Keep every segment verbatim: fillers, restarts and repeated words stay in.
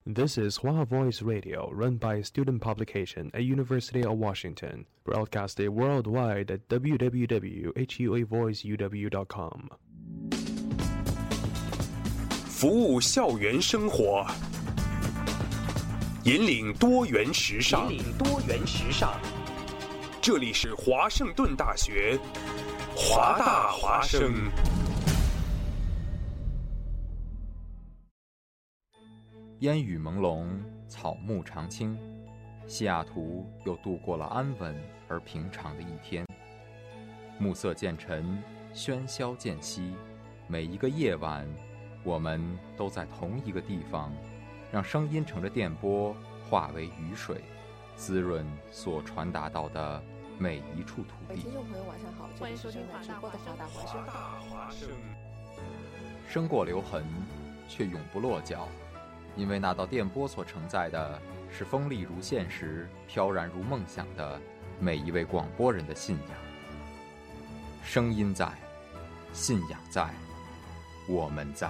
This is Hua Voice Radio, run by student publication at University of Washington, broadcasted worldwide at w w w dot hua voice u w dot com. 服务校园生活，引领多元时尚。引领多元时尚。这里是华盛顿大学，华大华生。 烟雨朦胧，草木常青，西雅图又度过了安稳而平常的一天。暮色渐沉，喧嚣渐息，每一个夜晚，我们都在同一个地方，让声音乘着电波化为雨水，滋润所传达到的每一处土地。 听众朋友晚上好，欢迎收听华直播的华大华声。 生过留痕，却永不落脚。因为那道电波所承载的是锋利如现实、飘然如梦想的每一位广播人的信仰。声音在，信仰在，我们在。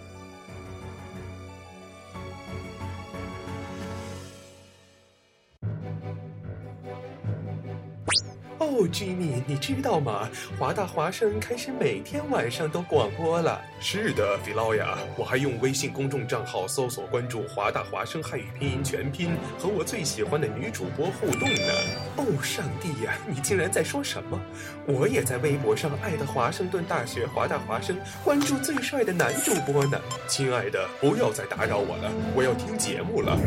哦 Jimmy， 你知道吗？华大华生开始每天晚上都广播了。是的，菲劳呀，我还用微信公众账号搜索关注华大华生汉语拼音全拼，和我最喜欢的女主播互动呢。哦，上帝呀，你竟然在说什么？我也在微博上爱的华盛顿大学华大华生关注最帅的男主播呢。亲爱的，不要再打扰我了，我要听节目了。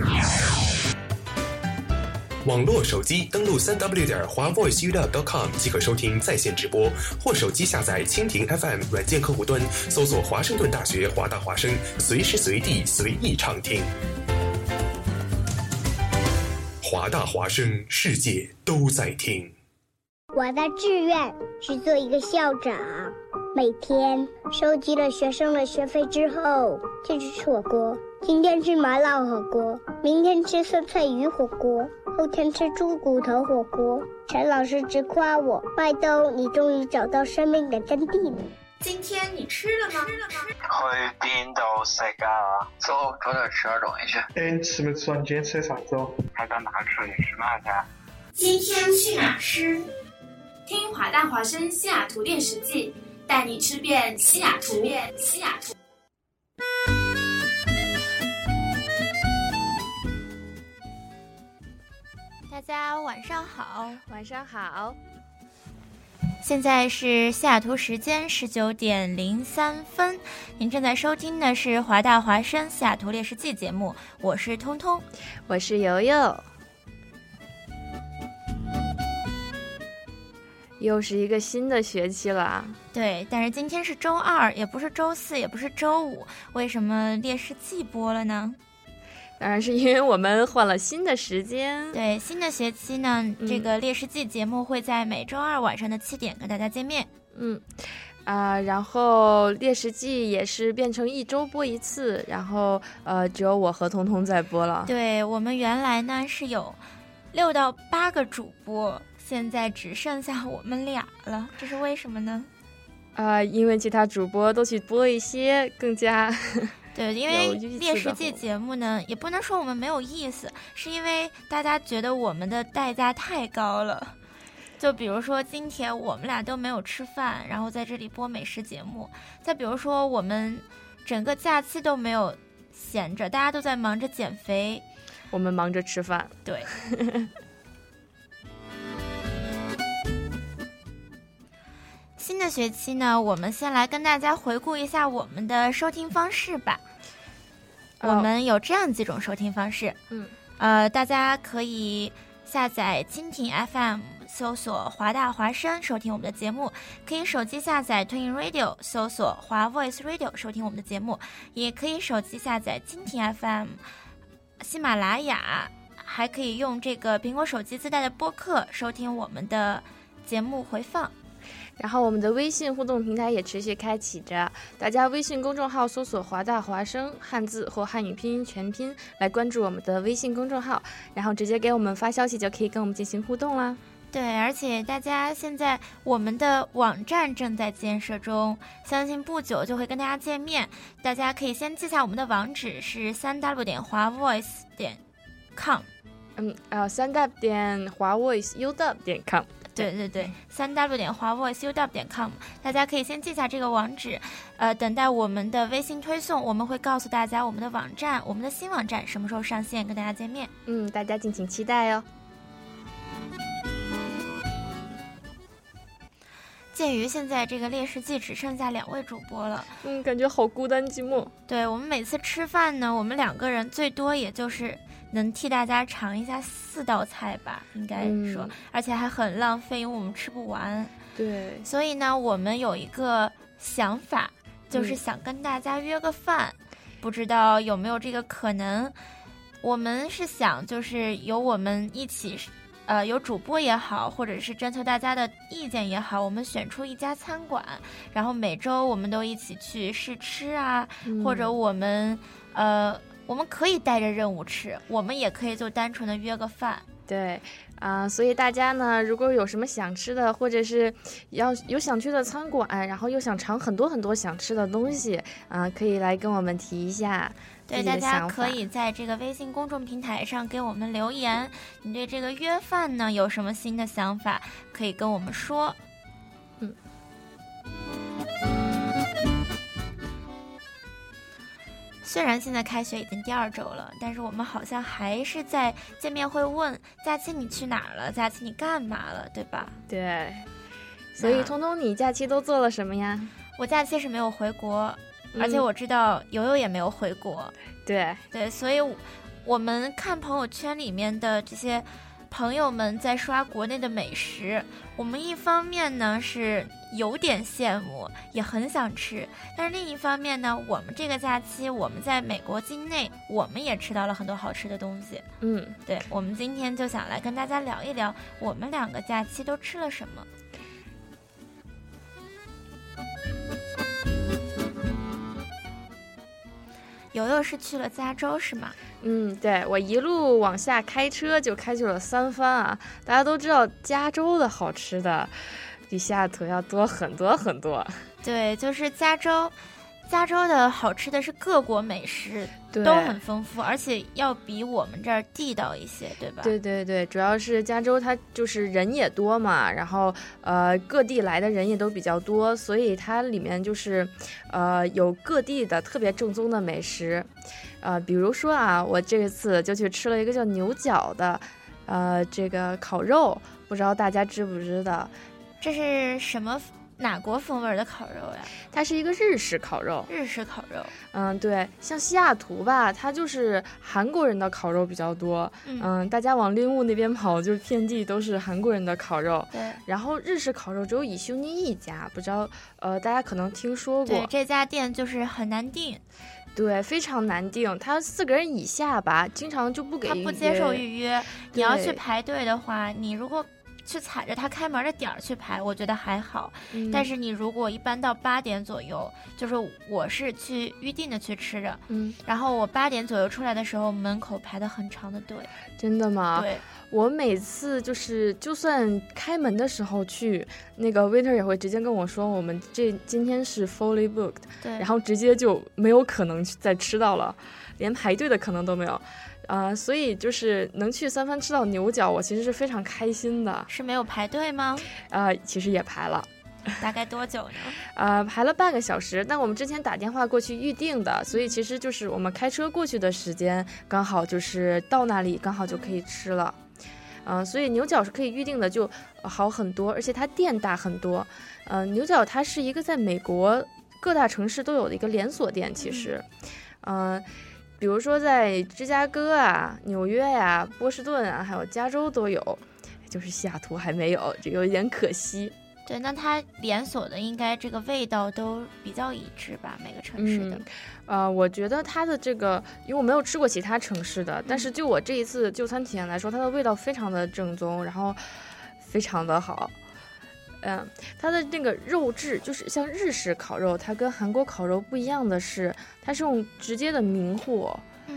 网络手机登录 三 w 点华 voice u w dot com 即可收听在线直播，或手机下载蜻蜓 F M 软件客户端，搜索华盛顿大学华大华生，随时随地随意畅听。华大华生，世界都在听。 我的志愿是做一个校长，每天收集了学生的学费之后，就去吃火锅。今天吃麻辣火锅，明天吃酸菜鱼火锅，后天吃猪骨头火锅。陈老师直夸我，麦兜，你终于找到生命的真谛了。 今天你吃了吗？吃了吗？ 去邊度食啊？走，早點吃點東西去。 哎，你吃沒吃？你今天吃的啥子哦？ 還到哪吃？你吃嘛去？ 今天去哪吃？听华大华生西雅图猎食记，带你吃遍西雅图。西雅图。 大家晚上好， 晚上好。 现在是西雅图时间十九点零三分，您正在收听的是华大华生西雅图猎食记节目，我是通通， 我是悠悠。又是一个新的学期了， 对，但是今天是周二，也不是周四，也不是周五，为什么猎食记播了呢？ 当然是因为我们换了新的时间。 对，新的学期呢、嗯、这个猎食记节目会在每周二晚上的七点跟大家见面。 嗯啊、呃，然后猎食记也是变成一周播一次，然后呃只有我和彤彤在播了。 对，我们原来呢是有六到八个主播，现在只剩下我们俩了，这是为什么呢？ 啊、呃，因为其他主播都去播一些更加对，因为猎食记节目呢，也不能说我们没有意思，是因为大家觉得我们的代价太高了。就比如说今天我们俩都没有吃饭，然后在这里播美食节目。再比如说我们整个假期都没有闲着，大家都在忙着减肥， 我们忙着吃饭。 对。新的学期呢，我们先来跟大家回顾一下我们的收听方式吧。Oh. 我们有这样几种收听方式， 嗯， 呃，大家可以下载蜻蜓 F M， 搜索华大华生收听我们的节目，可以手机下载 Twin Radio 搜索华 Voice Radio 收听我们的节目，也可以手机下载蜻蜓 F M、喜马拉雅，还可以用这个苹果手机自带的播客收听我们的节目回放。 然后我们的微信互动平台也持续开启着，大家微信公众号搜索华大华生汉字或汉语拼音全拼来关注我们的微信公众号，然后直接给我们发消息就可以跟我们进行互动啦。 对，而且大家现在我们的网站正在建设中，相信不久就会跟大家见面。大家可以先记下我们的网址是三 w 点华 voice 点 com。 嗯，呃，三 w 点华 voice u w 点 com。 对对对，三 w 点华 voice u w 点 com， 大家可以先记下这个网址，呃，等待我们的微信推送，我们会告诉大家我们的网站，我们的新网站什么时候上线，跟大家见面。 嗯，大家敬请期待哦。 鉴于现在这个烈士季只剩下两位主播了， 嗯，感觉好孤单寂寞。 对，我们每次吃饭呢，我们两个人最多也就是能替大家尝一下四道菜吧，应该说、嗯、而且还很浪费，因为我们吃不完。 对， 所以呢我们有一个想法，就是想跟大家约个饭、嗯、不知道有没有这个可能。我们是想就是由我们一起呃，有主播也好，或者是征求大家的意见也好，我们选出一家餐馆，然后每周我们都一起去试吃啊、嗯、或者我们呃我们可以带着任务吃，我们也可以就单纯的约个饭。 对啊、呃，所以大家呢，如果有什么想吃的，或者是要有想去的餐馆，然后又想尝很多很多想吃的东西啊、呃，可以来跟我们提一下。 对，大家可以在这个微信公众平台上给我们留言，你对这个约饭呢有什么新的想法，可以跟我们说。 嗯。 虽然现在开学已经第二周了，但是我们好像还是在见面会问假期你去哪儿了，假期你干嘛了，对吧？ 对。所以通通你假期都做了什么呀？ 我假期是没有回国。而且我知道游游也没有回国、嗯、 对对，所以我们看朋友圈里面的这些朋友们在刷国内的美食，我们一方面呢是有点羡慕，也很想吃，但是另一方面呢，我们这个假期我们在美国境内，我们也吃到了很多好吃的东西。 嗯， 对，我们今天就想来跟大家聊一聊我们两个假期都吃了什么。游游是去了加州是吗？ 嗯，对，我一路往下开车就开去了三藩啊。大家都知道加州的好吃的比西雅图要多很多很多。 对，就是加州加州的好吃的是各国美食都很丰富，而且要比我们这儿地道一些，对吧？ 对对对，主要是加州它就是人也多嘛，然后呃各地来的人也都比较多，所以它里面就是呃有各地的特别正宗的美食，呃比如说啊，我这次就去吃了一个叫牛角的呃这个烤肉，不知道大家知不知道？ 这是什么？哪国风味的烤肉呀？ 它是一个日式烤肉。 日式烤肉， 嗯，对，像西雅图吧，它就是韩国人的烤肉比较多。嗯, 嗯，大家往林务那边跑，就是遍地都是韩国人的烤肉。 对。然后日式烤肉只有以修尼一家，不知道呃大家可能听说过。 对，这家店就是很难订。 对，非常难订，他四个人以下吧，经常就不给预约。 他不接受预约，你要去排队的话，你如果去踩着他开门的点儿去排，我觉得还好、嗯、但是你如果一般到八点左右，就是我是去预定的去吃的， 嗯， 然后我八点左右出来的时候，门口排的很长的队。 真的吗？ 对， 我每次就是就算开门的时候去，那个 waiter 也会直接跟我说我们这今天是 fully booked， 对， 然后直接就没有可能再吃到了，连排队的可能都没有。呃，所以就是能去三藩吃到牛角，我其实是非常开心的。 是没有排队吗？ 呃，其实也排了。 大概多久呢？ 呃，排了半个小时，但我们之前打电话过去预定的，所以其实就是我们开车过去的时间刚好就是到那里刚好就可以吃了。嗯、呃，所以牛角是可以预定的，就好很多，而且它店大很多。呃，牛角它是一个在美国各大城市都有的一个连锁店，其实，嗯、呃。比如说在芝加哥啊、纽约呀、啊、波士顿啊，还有加州都有，就是西雅图还没有，这有一点可惜。 对，那它连锁的应该这个味道都比较一致吧，每个城市的。 嗯、呃，我觉得它的这个，因为我没有吃过其他城市的，但是就我这一次就餐体验来说，它的味道非常的正宗，然后非常的好。嗯，它的那个肉质就是像日式烤肉，它跟韩国烤肉不一样的是，它是用直接的明火， 嗯，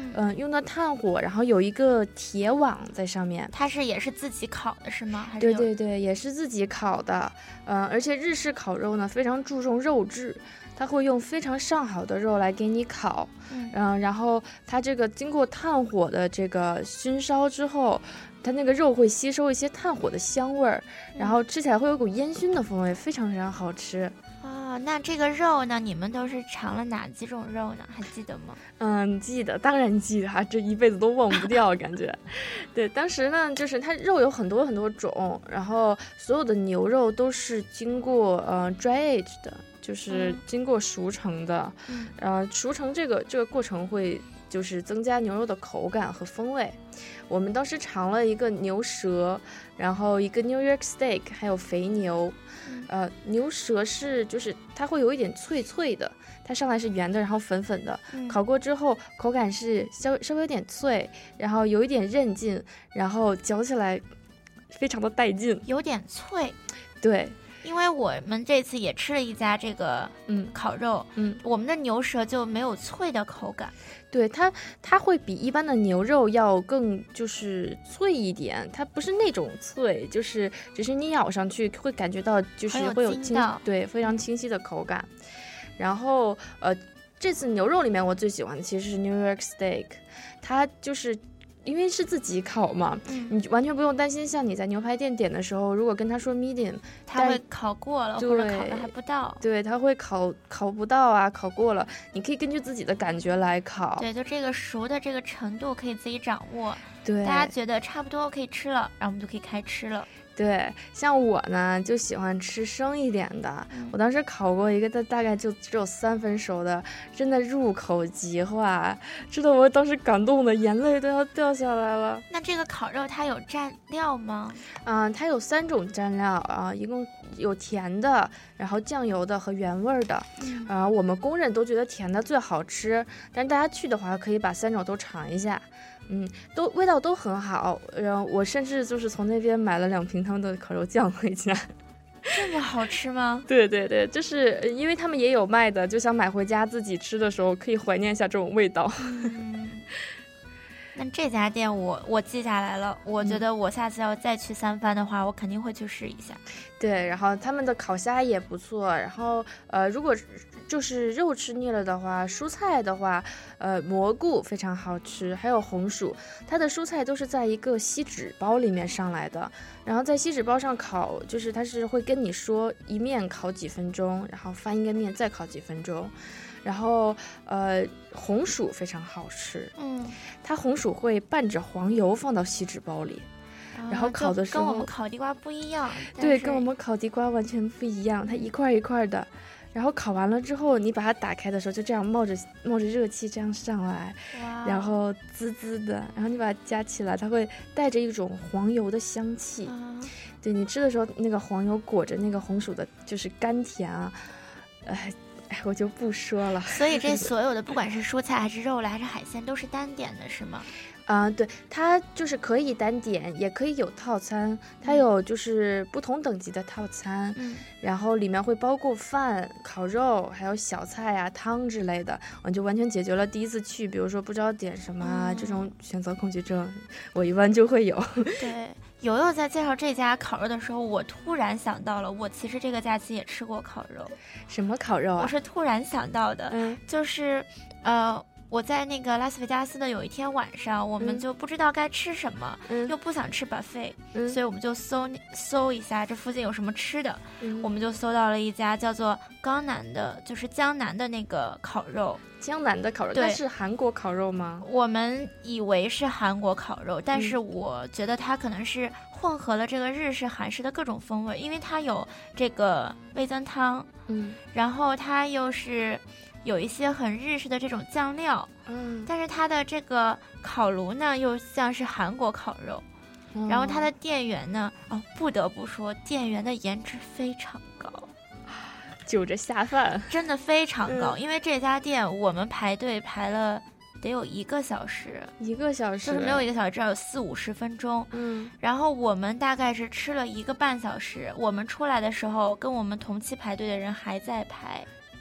嗯、呃，用的炭火，然后有一个铁网在上面。 它是也是自己烤的是吗？还是对对对，也是自己烤的。嗯、呃，而且日式烤肉呢非常注重肉质，它会用非常上好的肉来给你烤。嗯、呃，然后它这个经过炭火的这个熏烧之后，它那个肉会吸收一些炭火的香味儿，然后吃起来会有股烟熏的风味，非常非常好吃。 哦，那这个肉呢？你们都是尝了哪几种肉呢？还记得吗？ 嗯，记得，当然记得啊，这一辈子都忘不掉，感觉。对，当时呢，就是它肉有很多很多种，然后所有的牛肉都是经过呃 dry age 的，就是经过熟成的。嗯，呃，熟成这个这个过程会就是增加牛肉的口感和风味。我们当时尝了一个牛舌，然后一个 New York steak， 还有肥牛。呃，牛舌是就是它会有一点脆脆的，它上来是圆的，然后粉粉的，嗯、烤过之后口感是稍稍微有点脆，然后有一点韧劲，然后嚼起来非常的带劲， 有点脆。 对。 因为我们这次也吃了一家这个嗯烤肉，嗯，我们的牛舌就没有脆的口感， 对它它会比一般的牛肉要更就是脆一点，它不是那种脆，就是只是你咬上去会感觉到就是会有清对非常清晰的口感。然后呃，这次牛肉里面我最喜欢的其实是 New York steak， 它就是因为是自己烤嘛，嗯、你完全不用担心，像你在牛排店点的时候，如果跟他说 medium， 他会烤过了，或者烤的还不到。 对，他会烤烤不到啊，烤过了，你可以根据自己的感觉来烤。 对，就这个熟的这个程度可以自己掌握。 对， 大家觉得差不多可以吃了，然后我们就可以开吃了。 对，像我呢就喜欢吃生一点的，嗯、我当时烤过一个，它大概就只有三分熟的，真的入口即化，吃的我当时感动的眼泪都要掉下来了。 那这个烤肉它有蘸料吗？ 嗯、呃，它有三种蘸料啊、呃，一共有甜的，然后酱油的和原味的。嗯、呃，我们公认都觉得甜的最好吃，但是大家去的话可以把三种都尝一下。嗯，都味道都很好，然后我甚至就是从那边买了两瓶他们的烤肉酱回家。 这么好吃吗？ 对对对，就是因为他们也有卖的，就想买回家自己吃的时候可以怀念一下这种味道。 嗯，那这家店我我记下来了，我觉得我下次要再去三藩的话，我肯定会去试一下。 对，然后他们的烤虾也不错，然后呃，如果就是肉吃腻了的话，蔬菜的话，呃，蘑菇非常好吃，还有红薯，它的蔬菜都是在一个锡纸包里面上来的，然后在锡纸包上烤，就是它是会跟你说一面烤几分钟，然后翻一个面再烤几分钟。然后，呃，红薯非常好吃，嗯，它红薯会拌着黄油放到锡纸包里，啊、然后烤的时候跟我们烤地瓜不一样， 对，跟我们烤地瓜完全不一样，它一块一块的，然后烤完了之后，你把它打开的时候就这样冒着冒着热气这样上来，然后滋滋的，然后你把它夹起来，它会带着一种黄油的香气，啊、对你吃的时候，那个黄油裹着那个红薯的，就是甘甜啊，哎。我就不说了。 所以这所有的不管是蔬菜还是肉类还是海鲜都是单点的是吗？ 啊、呃，对，它就是可以单点，也可以有套餐，它有就是不同等级的套餐，嗯，然后里面会包括饭、烤肉，还有小菜啊、汤之类的，我就完全解决了第一次去，比如说不知道点什么啊、嗯、这种选择恐惧症，我一般就会有。 对，友友在介绍这家烤肉的时候，我突然想到了，我其实这个假期也吃过烤肉。 什么烤肉啊？ 我是突然想到的，嗯，就是呃。我在那个拉斯维加斯的有一天晚上，我们就不知道该吃什么，嗯、又不想吃 buffet，嗯、所以我们就搜搜一下这附近有什么吃的，嗯、我们就搜到了一家叫做江南的，就是江南的那个烤肉。 江南的烤肉，它是韩国烤肉吗？ 我们以为是韩国烤肉，但是我觉得它可能是混合了这个日式、韩式的各种风味，因为它有这个味增汤，嗯，然后它又是。有一些很日式的这种酱料，嗯，但是它的这个烤炉呢，又像是韩国烤肉，嗯、然后它的店员呢，哦，不得不说，店员的颜值非常高， 就着下饭， 真的非常高。嗯、因为这家店我们排队排了得有一个小时， 一个小时， 就是没有一个小时，至少有四五十分钟，嗯，然后我们大概是吃了一个半小时，我们出来的时候，跟我们同期排队的人还在排。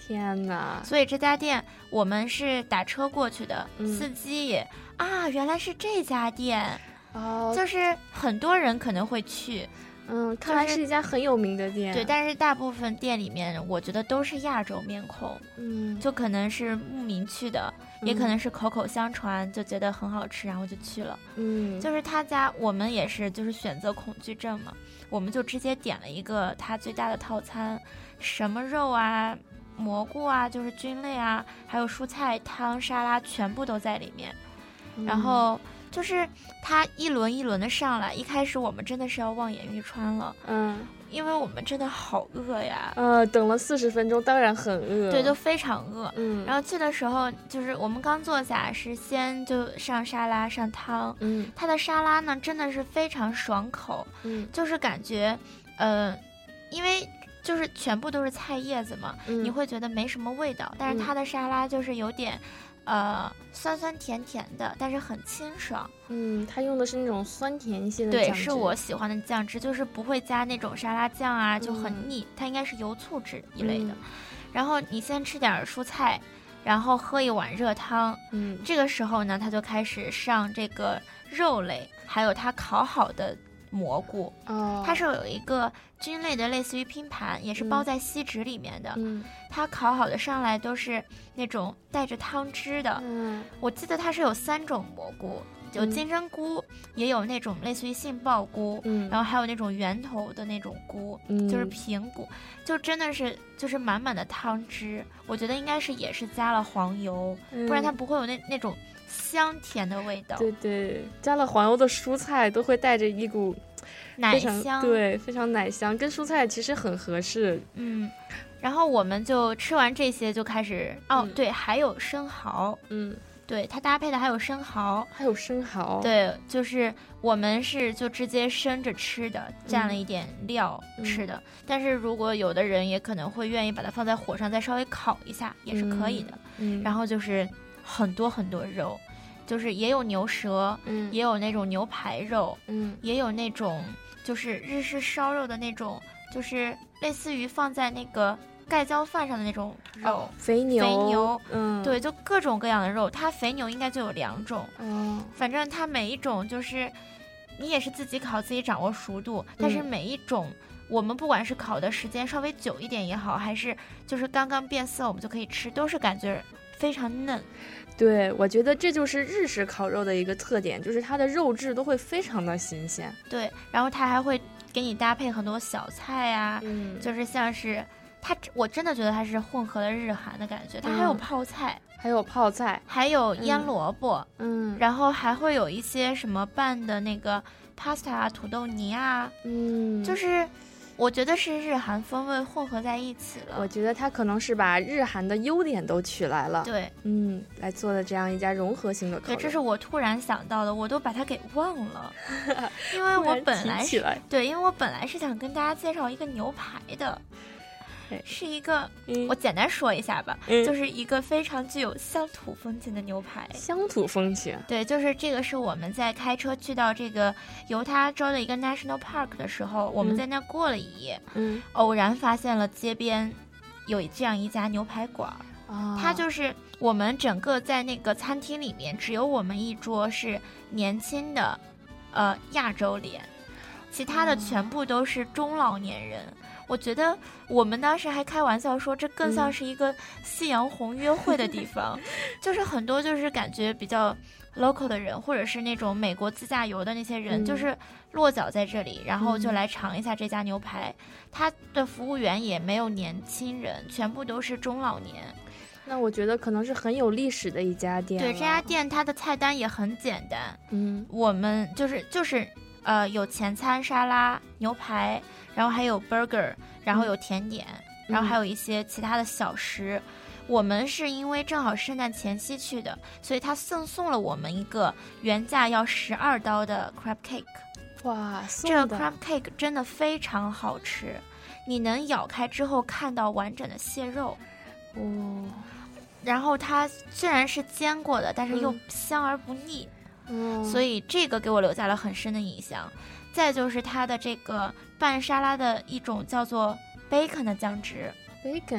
天哪！ 所以这家店我们是打车过去的， 嗯、 司机也啊，原来是这家店哦， 就是很多人可能会去。 嗯，看来是一家很有名的店。 对，但是大部分店里面，我觉得都是亚洲面孔。 嗯， 就可能是慕名去的， 嗯、 也可能是口口相传，就觉得很好吃，然后就去了。 嗯， 就是他家，我们也是，就是选择恐惧症嘛，我们就直接点了一个他最大的套餐，什么肉啊、蘑菇啊，就是菌类啊，还有蔬菜汤、沙拉，全部都在里面。 嗯、 然后。就是它一轮一轮的上来，一开始我们真的是要望眼欲穿了， 嗯， 因为我们真的好饿呀， 呃，等了四十分钟，当然很饿， 对，就非常饿， 嗯， 然后去的时候，就是我们刚坐下，是先就上沙拉上汤， 嗯， 它的沙拉呢真的是非常爽口， 嗯， 就是感觉，呃，因为就是全部都是菜叶子嘛， 嗯、 你会觉得没什么味道，但是它的沙拉就是有点。呃，酸酸甜甜的，但是很清爽。 嗯，它用的是那种酸甜一些的酱汁， 对，是我喜欢的酱汁，就是不会加那种沙拉酱啊，就很腻。嗯、它应该是油醋汁一类的。嗯、然后你先吃点蔬菜，然后喝一碗热汤。 嗯， 这个时候呢，它就开始上这个肉类，还有它烤好的蘑菇。 哦， 它是有一个菌类的，类似于拼盘，也是包在锡纸里面的。 嗯， 它烤好的上来都是那种带着汤汁的。 嗯， 我记得它是有三种蘑菇，有金针菇，嗯、也有那种类似于杏鲍菇， 嗯， 然后还有那种圆头的那种菇， 嗯， 就是平菇，就真的是就是满满的汤汁。我觉得应该是也是加了黄油， 嗯、 不然它不会有那那种香甜的味道。 对对，加了黄油的蔬菜都会带着一股。 奶香， 对，非常奶香，跟蔬菜其实很合适。 嗯，然后我们就吃完这些就开始，哦， 嗯、 对，还有生蚝， 嗯， 对，它搭配的还有生蚝， 还有生蚝， 对，就是我们是就直接生着吃的，蘸了一点料吃的。 嗯、 但是如果有的人也可能会愿意把它放在火上再稍微烤一下，也是可以的。 嗯， 然后就是很多很多肉。就是也有牛舌， 嗯， 也有那种牛排肉， 嗯， 也有那种就是日式烧肉的那种，就是类似于放在那个盖浇饭上的那种肉， 哦、肥牛， 肥牛， 嗯， 对，就各种各样的肉。它肥牛应该就有两种， 嗯， 反正它每一种就是你也是自己烤，自己掌握熟度，但是每一种。嗯我们不管是烤的时间稍微久一点也好，还是就是刚刚变色我们就可以吃，都是感觉非常嫩。 对，我觉得这就是日式烤肉的一个特点，就是它的肉质都会非常的新鲜。 对，然后它还会给你搭配很多小菜啊， 嗯， 就是像是它，我真的觉得它是混合了日韩的感觉。它还有泡菜， 嗯、还有泡菜， 还有腌萝卜， 嗯， 然后还会有一些什么拌的那个 pasta 啊、土豆泥啊， 嗯， 就是。我觉得是日韩风味混合在一起了。 我觉得它可能是把日韩的优点都取来了。 对， 嗯，来做的这样一家融合性的烤肉。 对，这是我突然想到的，我都把它给忘了，因为我本来是对，因为我本来是想跟大家介绍一个牛排的。是一个、嗯，我简单说一下吧、嗯，就是一个非常具有乡土风情的牛排。 乡土风情， 对，就是这个是我们在开车去到这个犹他州的一个 National Park 的时候，我们在那过了一夜， 嗯， 偶然发现了街边有这样一家牛排馆， 哦、 它就是我们整个在那个餐厅里面，只有我们一桌是年轻的，呃，亚洲脸，其他的全部都是中老年人。哦，我觉得我们当时还开玩笑说，这更像是一个夕阳红约会的地方，嗯、就是很多就是感觉比较 local 的人，或者是那种美国自驾游的那些人， 嗯、 就是落脚在这里，然后就来尝一下这家牛排。他、嗯、的服务员也没有年轻人，全部都是中老年。 那我觉得可能是很有历史的一家店。 对，这家店它的菜单也很简单， 嗯， 我们就是就是呃有前餐沙拉、牛排。然后还有 burger， 然后有甜点，嗯、然后还有一些其他的小食。嗯、我们是因为正好圣诞前夕去的，所以他赠送了我们一个原价要十二刀的 crab cake。 哇， 这个 crab cake 真的非常好吃，你能咬开之后看到完整的蟹肉。 哦， 然后它虽然是煎过的，但是又香而不腻。 嗯， 所以这个给我留下了很深的印象。再就是它的这个拌沙拉的一种叫做 bacon 的酱汁 ，bacon，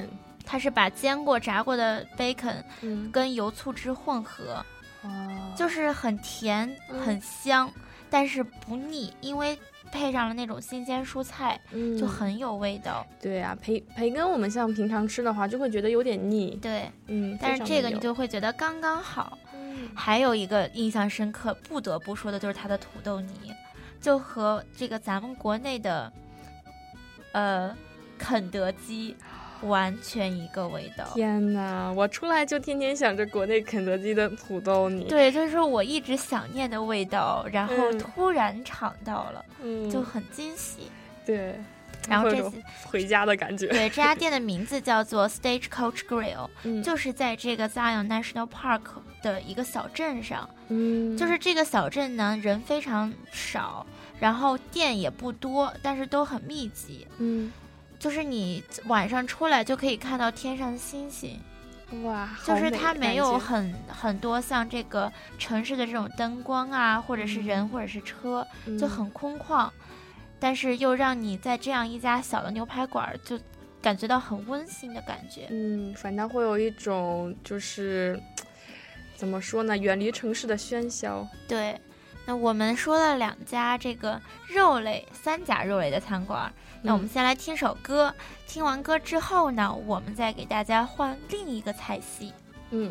它是把煎过炸过的 bacon 嗯跟油醋汁混合， 哦， 就是很甜很香，嗯、但是不腻，因为配上了那种新鲜蔬菜， 嗯， 就很有味道。 对啊，培培根我们像平常吃的话，就会觉得有点腻。 对， 嗯， 但是这个你就会觉得刚刚好。嗯，还有一个印象深刻，不得不说的就是它的土豆泥，就和这个咱们国内的，呃，肯德基完全一个味道。 天哪，我出来就天天想着国内肯德基的土豆泥。 对，就是我一直想念的味道，然后突然尝到了，嗯，就很惊喜。 对， 然后这次回家的感觉。 对，这家店的名字叫做 Stagecoach Grill，嗯，就是在这个 Zion National Park 的一个小镇上。嗯，就是这个小镇呢，人非常少，然后店也不多，但是都很密集。嗯。就是你晚上出来就可以看到天上的星星， 哇！ 就是它没有很很多像这个城市的这种灯光啊，或者是人、嗯、或者是车，就很空旷，嗯、但是又让你在这样一家小的牛排馆就感觉到很温馨的感觉。 嗯，反正会有一种就是怎么说呢，远离城市的喧嚣。 对。那我们说了两家这个肉类三家肉类的餐馆，那我们先来听首歌，嗯、听完歌之后呢，我们再给大家换另一个菜系。嗯。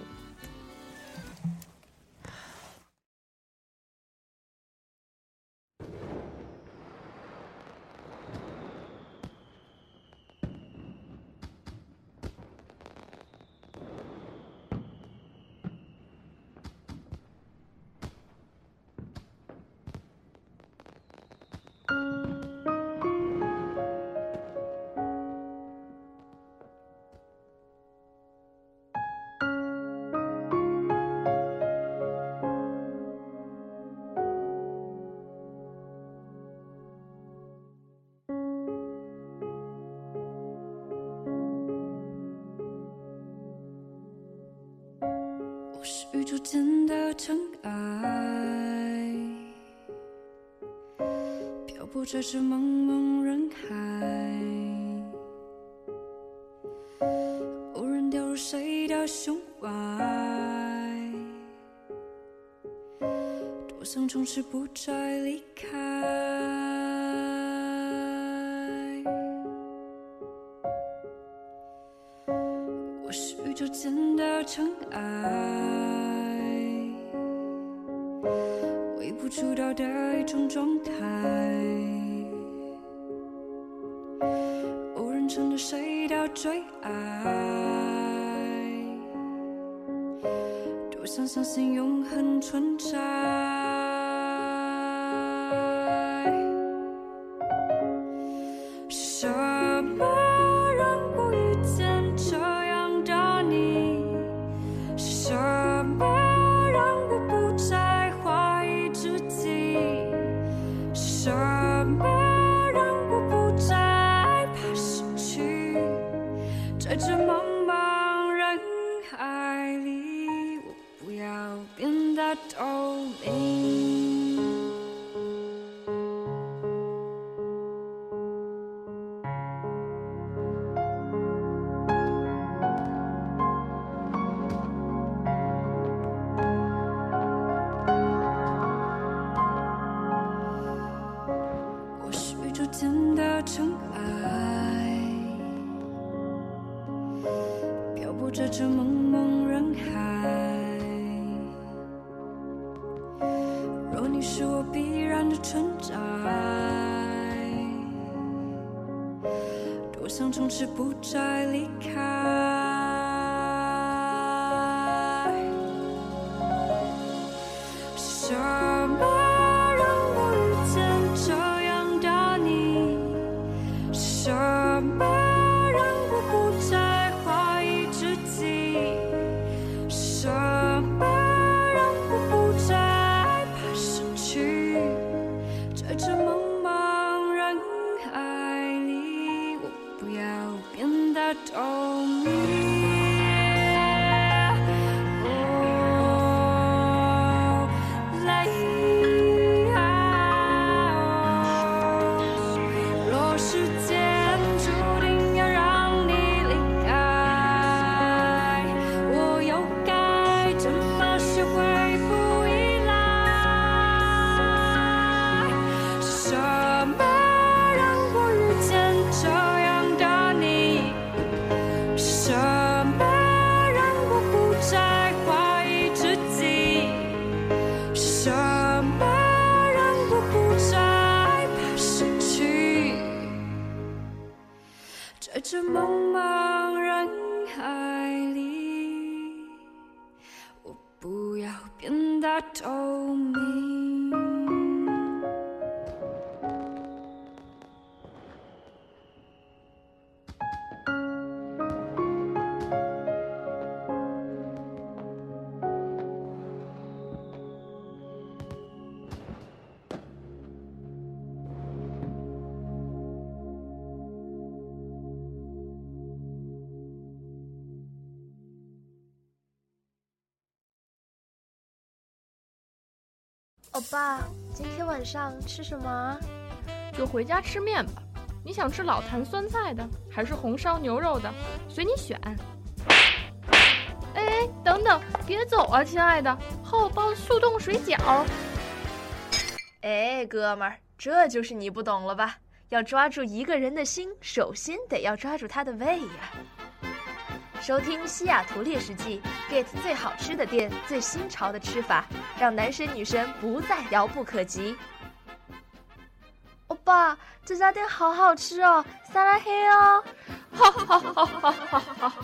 宇宙间的尘埃，漂泊在这茫茫人海，偶然掉入谁的胸怀，多想从此不再离开。我是宇宙间的尘埃，微不足道的一种状态，偶然成了谁的最爱，多想相信永恒存在。什么让我遇见这样的你？是什么让我不再怀疑自己？是什么让我不再害怕失去？在这茫茫人海里，我不要变得透明。间的尘埃，漂泊在这茫茫人海，若你是我必然的存在，多想从此不再离开。什么什么让我不再怀疑自己？什么让我不再害怕失去？在这茫茫人海里，我不要变得透明。 这茫茫人海里，我不要变得透明。 欧巴，今天晚上吃什么啊？ 就回家吃面吧。你想吃老坛酸菜的，还是红烧牛肉的？随你选。哎，等等，别走啊，亲爱的，厚包速冻水饺。 哎，哥们儿，这就是你不懂了吧？要抓住一个人的心，首先得要抓住他的胃呀。收听西雅图猎食记 ，get 最好吃的店，最新潮的吃法，让男生女生不再遥不可及。欧巴，这家店好好吃哦，撒拉嘿哦！ 哈哈哈哈哈哈！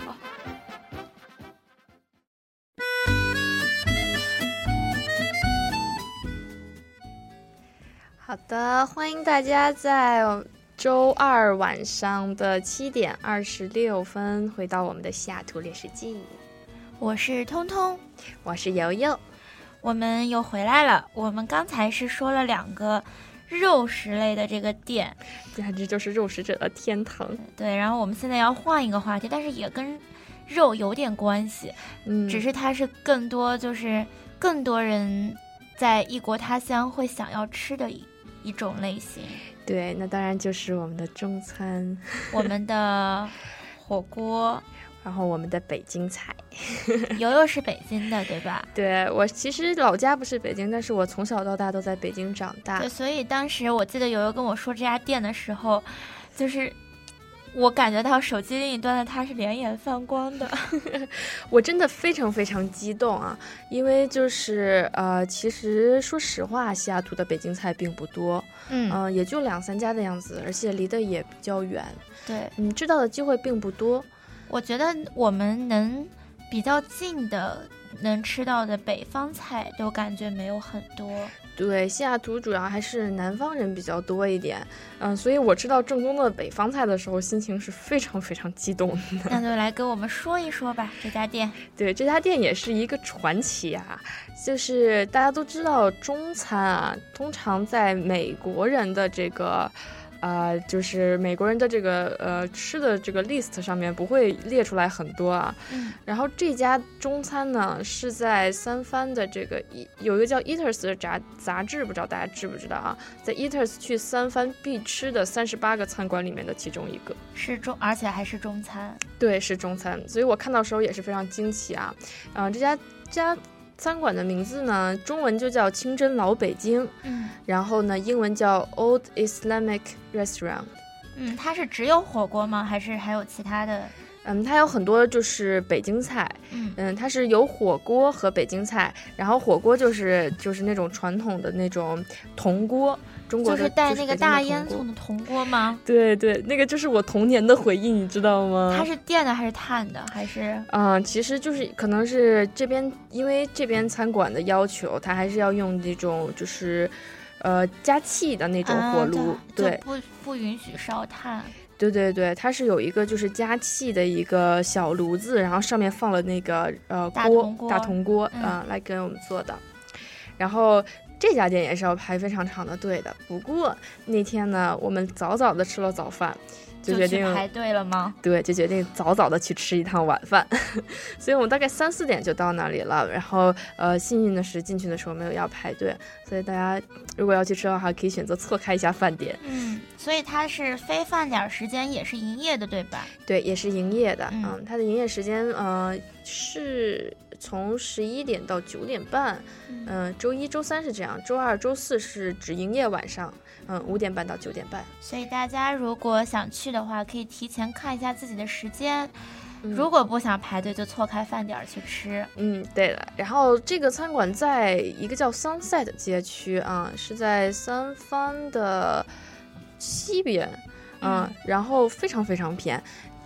好的，欢迎大家在周二晚上的七点二十六分回到我们的西雅图猎食记。 我是通通， 我是悠悠， 我们又回来了。我们刚才是说了两个肉食类的这个店， 对，这就是肉食者的天堂。 对，然后我们现在要换一个话题，但是也跟肉有点关系， 嗯， 只是它是更多就是更多人在异国他乡会想要吃的一一种类型。 对，那当然就是我们的中餐， 我们的火锅， 然后我们的北京菜。 悠悠是北京的，对吧？ 对，我其实老家不是北京，但是我从小到大都在北京长大。 对，所以当时我记得悠悠跟我说这家店的时候，就是我感觉到手机另一端的他是两眼放光的。 我真的非常非常激动啊，因为就是呃，其实说实话，西雅图的北京菜并不多， 嗯、 呃，也就两三家的样子，而且离得也比较远。 对， 你知道的机会并不多。 我觉得我们能比较近的能吃到的北方菜都感觉没有很多。 对，西雅图主要还是南方人比较多一点，嗯，所以我吃到正宗的北方菜的时候，心情是非常非常激动的。 那就来跟我们说一说吧，这家店。 对，这家店也是一个传奇啊，就是大家都知道中餐啊，通常在美国人的这个。呃，就是美国人的这个呃吃的这个 list 上面不会列出来很多啊， 嗯， 然后这家中餐呢是在三藩的这个有一个叫 Eaters 的杂杂志，不知道大家知不知道啊？在 Eaters 去三藩必吃的三十八个餐馆里面的其中一个， 是中，而且还是中餐。 对，是中餐，所以我看到时候也是非常惊奇啊，啊、呃，这家这家。餐馆的名字呢，中文就叫清真老北京， 嗯， 然后呢，英文叫 Old Islamic Restaurant。 嗯，它是只有火锅吗？还是还有其他的？ 嗯，它有很多就是北京菜， 嗯嗯，它是有火锅和北京菜，然后火锅就是就是那种传统的那种铜锅。中国的就是带那个大烟囱的铜锅吗？ 对对，那个就是我童年的回忆，你知道吗？ 它是电的还是碳的还是？ 啊、呃，其实就是可能是这边，因为这边餐馆的要求，它还是要用那种就是，呃，加气的那种火炉， 啊、 对， 不不允许烧炭。 对对对，它是有一个就是加气的一个小炉子，然后上面放了那个呃大铜锅， 大铜锅啊、 嗯呃，来给我们做的，然后。这家店也是要排非常长的队的，不过那天呢，我们早早的吃了早饭，就决定就去排队了吗？ 对，就决定早早的去吃一趟晚饭，所以我们大概三四点就到那里了。然后呃，幸运的是进去的时候没有要排队，所以大家如果要去吃的话，可以选择错开一下饭点。 嗯，所以它是非饭点时间也是营业的，对吧？ 对，也是营业的。 嗯， 嗯它的营业时间呃是。从十一点到九点半，嗯、呃，周一、周三是这样，周二、周四是只营业晚上，嗯，五点半到九点半。 所以大家如果想去的话，可以提前看一下自己的时间，嗯、如果不想排队，就错开饭点去吃。 嗯，对的。然后这个餐馆在一个叫 Sunset 街区啊，是在三藩的西边，嗯，嗯然后非常非常偏。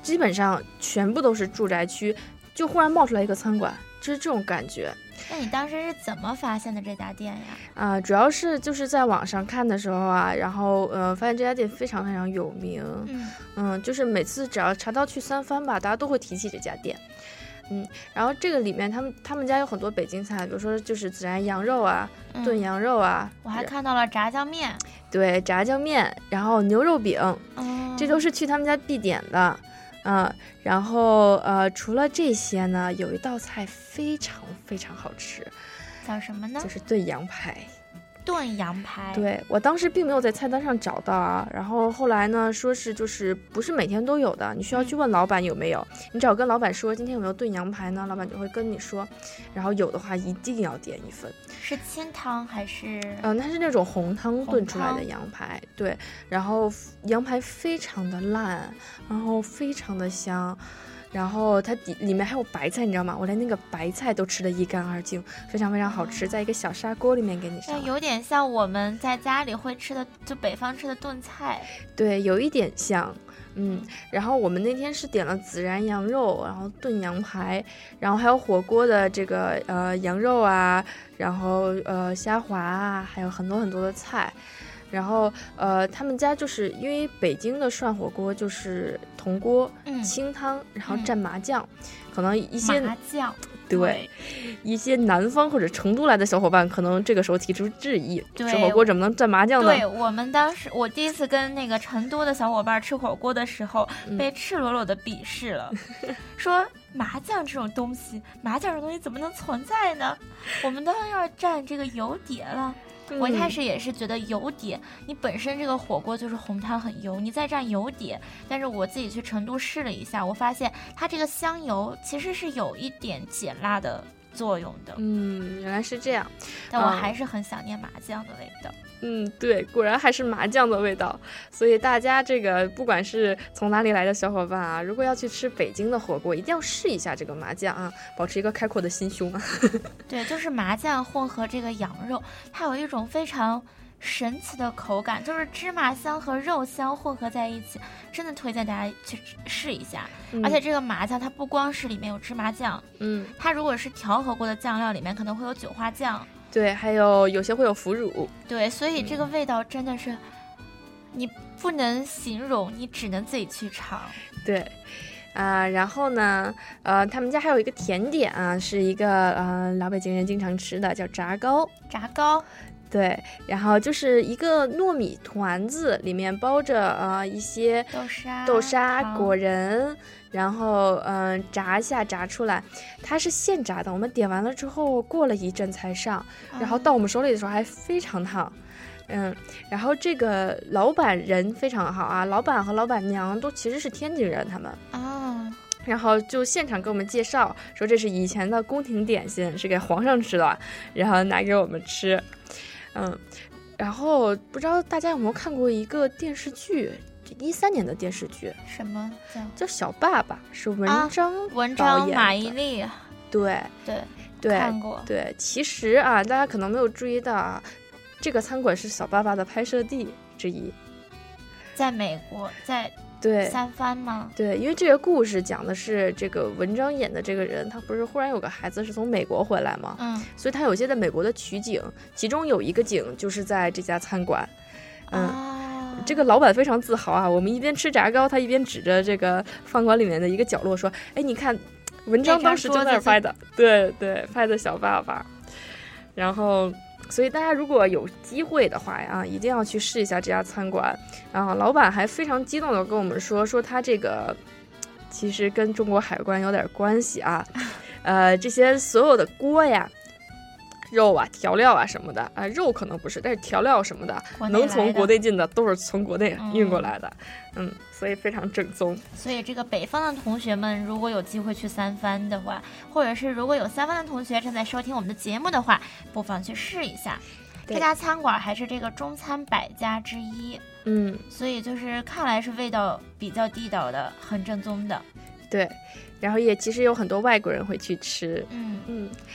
基本上全部都是住宅区，就忽然冒出来一个餐馆，就是这种感觉。 那你当时是怎么发现的这家店呀？ 啊、呃，主要是就是在网上看的时候啊，然后呃，发现这家店非常非常有名。 嗯嗯，就是每次只要查到去三藩吧，大家都会提起这家店。嗯，然后这个里面他们他们家有很多北京菜，比如说就是孜然羊肉啊、 嗯、 炖羊肉啊， 我还看到了炸酱面。 对，炸酱面，然后牛肉饼， 嗯， 这都是去他们家必点的。嗯，然后呃，除了这些呢，有一道菜非常非常好吃， 叫什么呢？ 就是炖羊排。 炖羊排， 对，我当时并没有在菜单上找到啊，然后后来呢，说是就是不是每天都有的，你需要去问老板有没有，嗯、你只要跟老板说今天有没有炖羊排呢，老板就会跟你说，然后有的话一定要点一份。 是清汤还是？ 嗯、呃，它是那种红汤炖出来的羊排，对，然后羊排非常的烂，然后非常的香。然后它底里面还有白菜，你知道吗？我连那个白菜都吃得一干二净，非常非常好吃，在一个小砂锅里面给你上。 有点像我们在家里会吃的，就北方吃的炖菜。 对，有一点像。嗯，然后我们那天是点了孜然羊肉，然后炖羊排，然后还有火锅的这个呃羊肉啊，然后呃虾滑啊，还有很多很多的菜。然后，呃，他们家就是因为北京的涮火锅就是铜锅、 嗯、 清汤，然后蘸麻酱，嗯、可能一些麻酱， 对，对一些南方或者成都来的小伙伴可能这个时候提出质疑，吃火锅怎么能蘸麻酱呢？ 对，我们当时我第一次跟那个成都的小伙伴吃火锅的时候，嗯、被赤裸裸的鄙视了，说麻酱这种东西，麻酱这种东西怎么能存在呢？我们都要蘸这个油碟了。我一开始也是觉得油碟，你本身这个火锅就是红汤很油，你再蘸油碟。但是我自己去成都试了一下，我发现它这个香油其实是有一点减辣的作用的。 嗯，原来是这样。 但我还是很想念麻酱的味道。 嗯，对，果然还是麻酱的味道。所以大家这个不管是从哪里来的小伙伴啊，如果要去吃北京的火锅，一定要试一下这个麻酱啊，保持一个开阔的心胸啊。 对，就是麻酱混合这个羊肉，它有一种非常神奇的口感，就是芝麻香和肉香混合在一起，真的推荐大家去试一下。嗯、而且这个麻酱它不光是里面有芝麻酱， 嗯， 它如果是调和过的酱料，里面可能会有韭花酱。 对，还有有些会有腐乳。 对，所以这个味道真的是、嗯、你不能形容，你只能自己去尝。 对，啊、呃，然后呢，呃，他们家还有一个甜点啊，是一个呃老北京人经常吃的，叫炸糕。 炸糕。 对，然后就是一个糯米团子，里面包着呃一些豆沙、 豆沙、果仁，然后嗯、呃、炸一下炸出来，它是现炸的。我们点完了之后，过了一阵才上，然后到我们手里的时候还非常烫。嗯，然后这个老板人非常好啊，老板和老板娘都其实是天津人，他们啊。 然后就现场给我们介绍说这是以前的宫廷点心，是给皇上吃的，然后拿给我们吃。嗯，然后不知道大家有没有看过一个电视剧，一三年的电视剧， 什么叫叫小爸爸，是文章、啊、 文章马伊琍， 对对对， 看过。 对，其实啊，大家可能没有注意到啊，这个餐馆是小爸爸的拍摄地之一， 在美国，在。 对， 三藩吗？ 对，因为这个故事讲的是这个文章演的这个人，他不是忽然有个孩子是从美国回来吗？ 嗯， 所以他有些在美国的取景，其中有一个景就是在这家餐馆。嗯， 啊、 这个老板非常自豪啊，我们一边吃炸糕，他一边指着这个饭馆里面的一个角落说：“哎，你看，文章当时就在那儿拍的，对对，拍的小爸爸。”然后。所以大家如果有机会的话呀，一定要去试一下这家餐馆。然后老板还非常激动的跟我们说，说他这个其实跟中国海关有点关系啊。呃，这些所有的锅呀、肉啊、调料啊什么的，啊、呃，肉可能不是，但是调料什么的，能从国内进的都是从国内运过来的。嗯，嗯，所以非常正宗。 所以这个北方的同学们，如果有机会去三藩的话，或者是如果有三藩的同学正在收听我们的节目的话，不妨去试一下。这家餐馆还是这个中餐百家之一。 嗯， 所以就是看来是味道比较地道的，很正宗的。 对，然后也其实有很多外国人会去吃。 嗯嗯。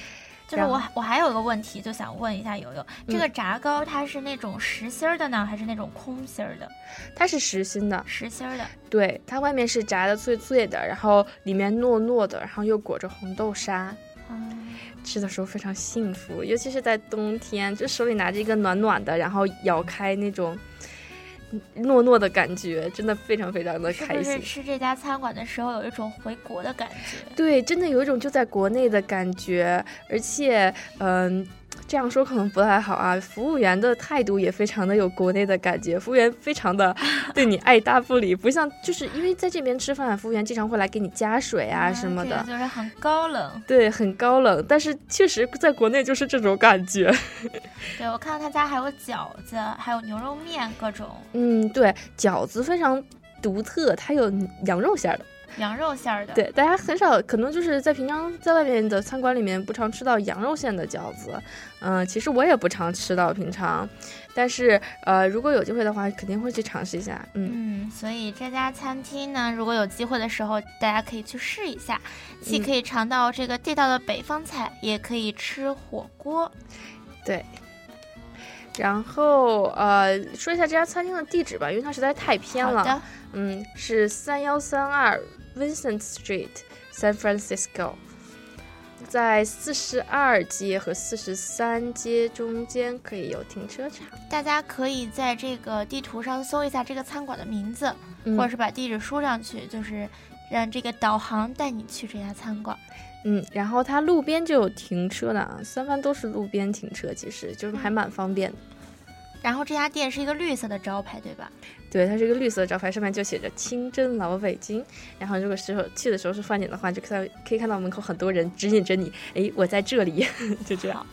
就是我我还有一个问题，就想问一下悠悠，这个炸糕它是那种实心儿的呢，还是那种空心儿的？ 它是实心的， 实心儿的。 对，它外面是炸的脆脆的，然后里面糯糯的，然后又裹着红豆沙。 嗯， 吃的时候非常幸福，尤其是在冬天，就手里拿着一个暖暖的，然后咬开那种糯糯的感觉，真的非常非常的开心。 是不是吃这家餐馆的时候有一种回国的感觉？ 对，真的有一种就在国内的感觉，而且嗯、呃，这样说可能不太好啊，服务员的态度也非常的有国内的感觉，服务员非常的对你爱答不理，不像就是因为在这边吃饭，服务员经常会来给你加水啊什么的， 嗯、这个就是很高冷。 对，很高冷，但是确实在国内就是这种感觉。 对，我看到他家还有饺子，还有牛肉面，各种。 嗯，对，饺子非常独特，它有羊肉馅的。 羊肉馅的， 对，大家很少，可能就是在平常在外面的餐馆里面不常吃到羊肉馅的饺子，嗯、呃，其实我也不常吃到平常，但是呃，如果有机会的话，肯定会去尝试一下。嗯嗯，所以这家餐厅呢，如果有机会的时候，大家可以去试一下，既可以尝到这个地道的北方菜，嗯、也可以吃火锅。 对。然后呃，说一下这家餐厅的地址吧，因为它实在太偏了。 好的。 嗯，是三幺三二 Vincent Street San Francisco， 在四十二街和四十三街中间可以有停车场。 大家可以在这个地图上搜一下这个餐馆的名字，嗯、或者是把地址输上去，就是让这个导航带你去这家餐馆。 嗯，然后它路边就有停车的啊，三番都是路边停车，其实就是还蛮方便的。 然后这家店是一个绿色的招牌，对吧？ 对，它是一个绿色的招牌，上面就写着清真老北京。然后如果时候去的时候是饭点的话，就看到可以看到门口很多人指引着你，哎，我在这里，就这样。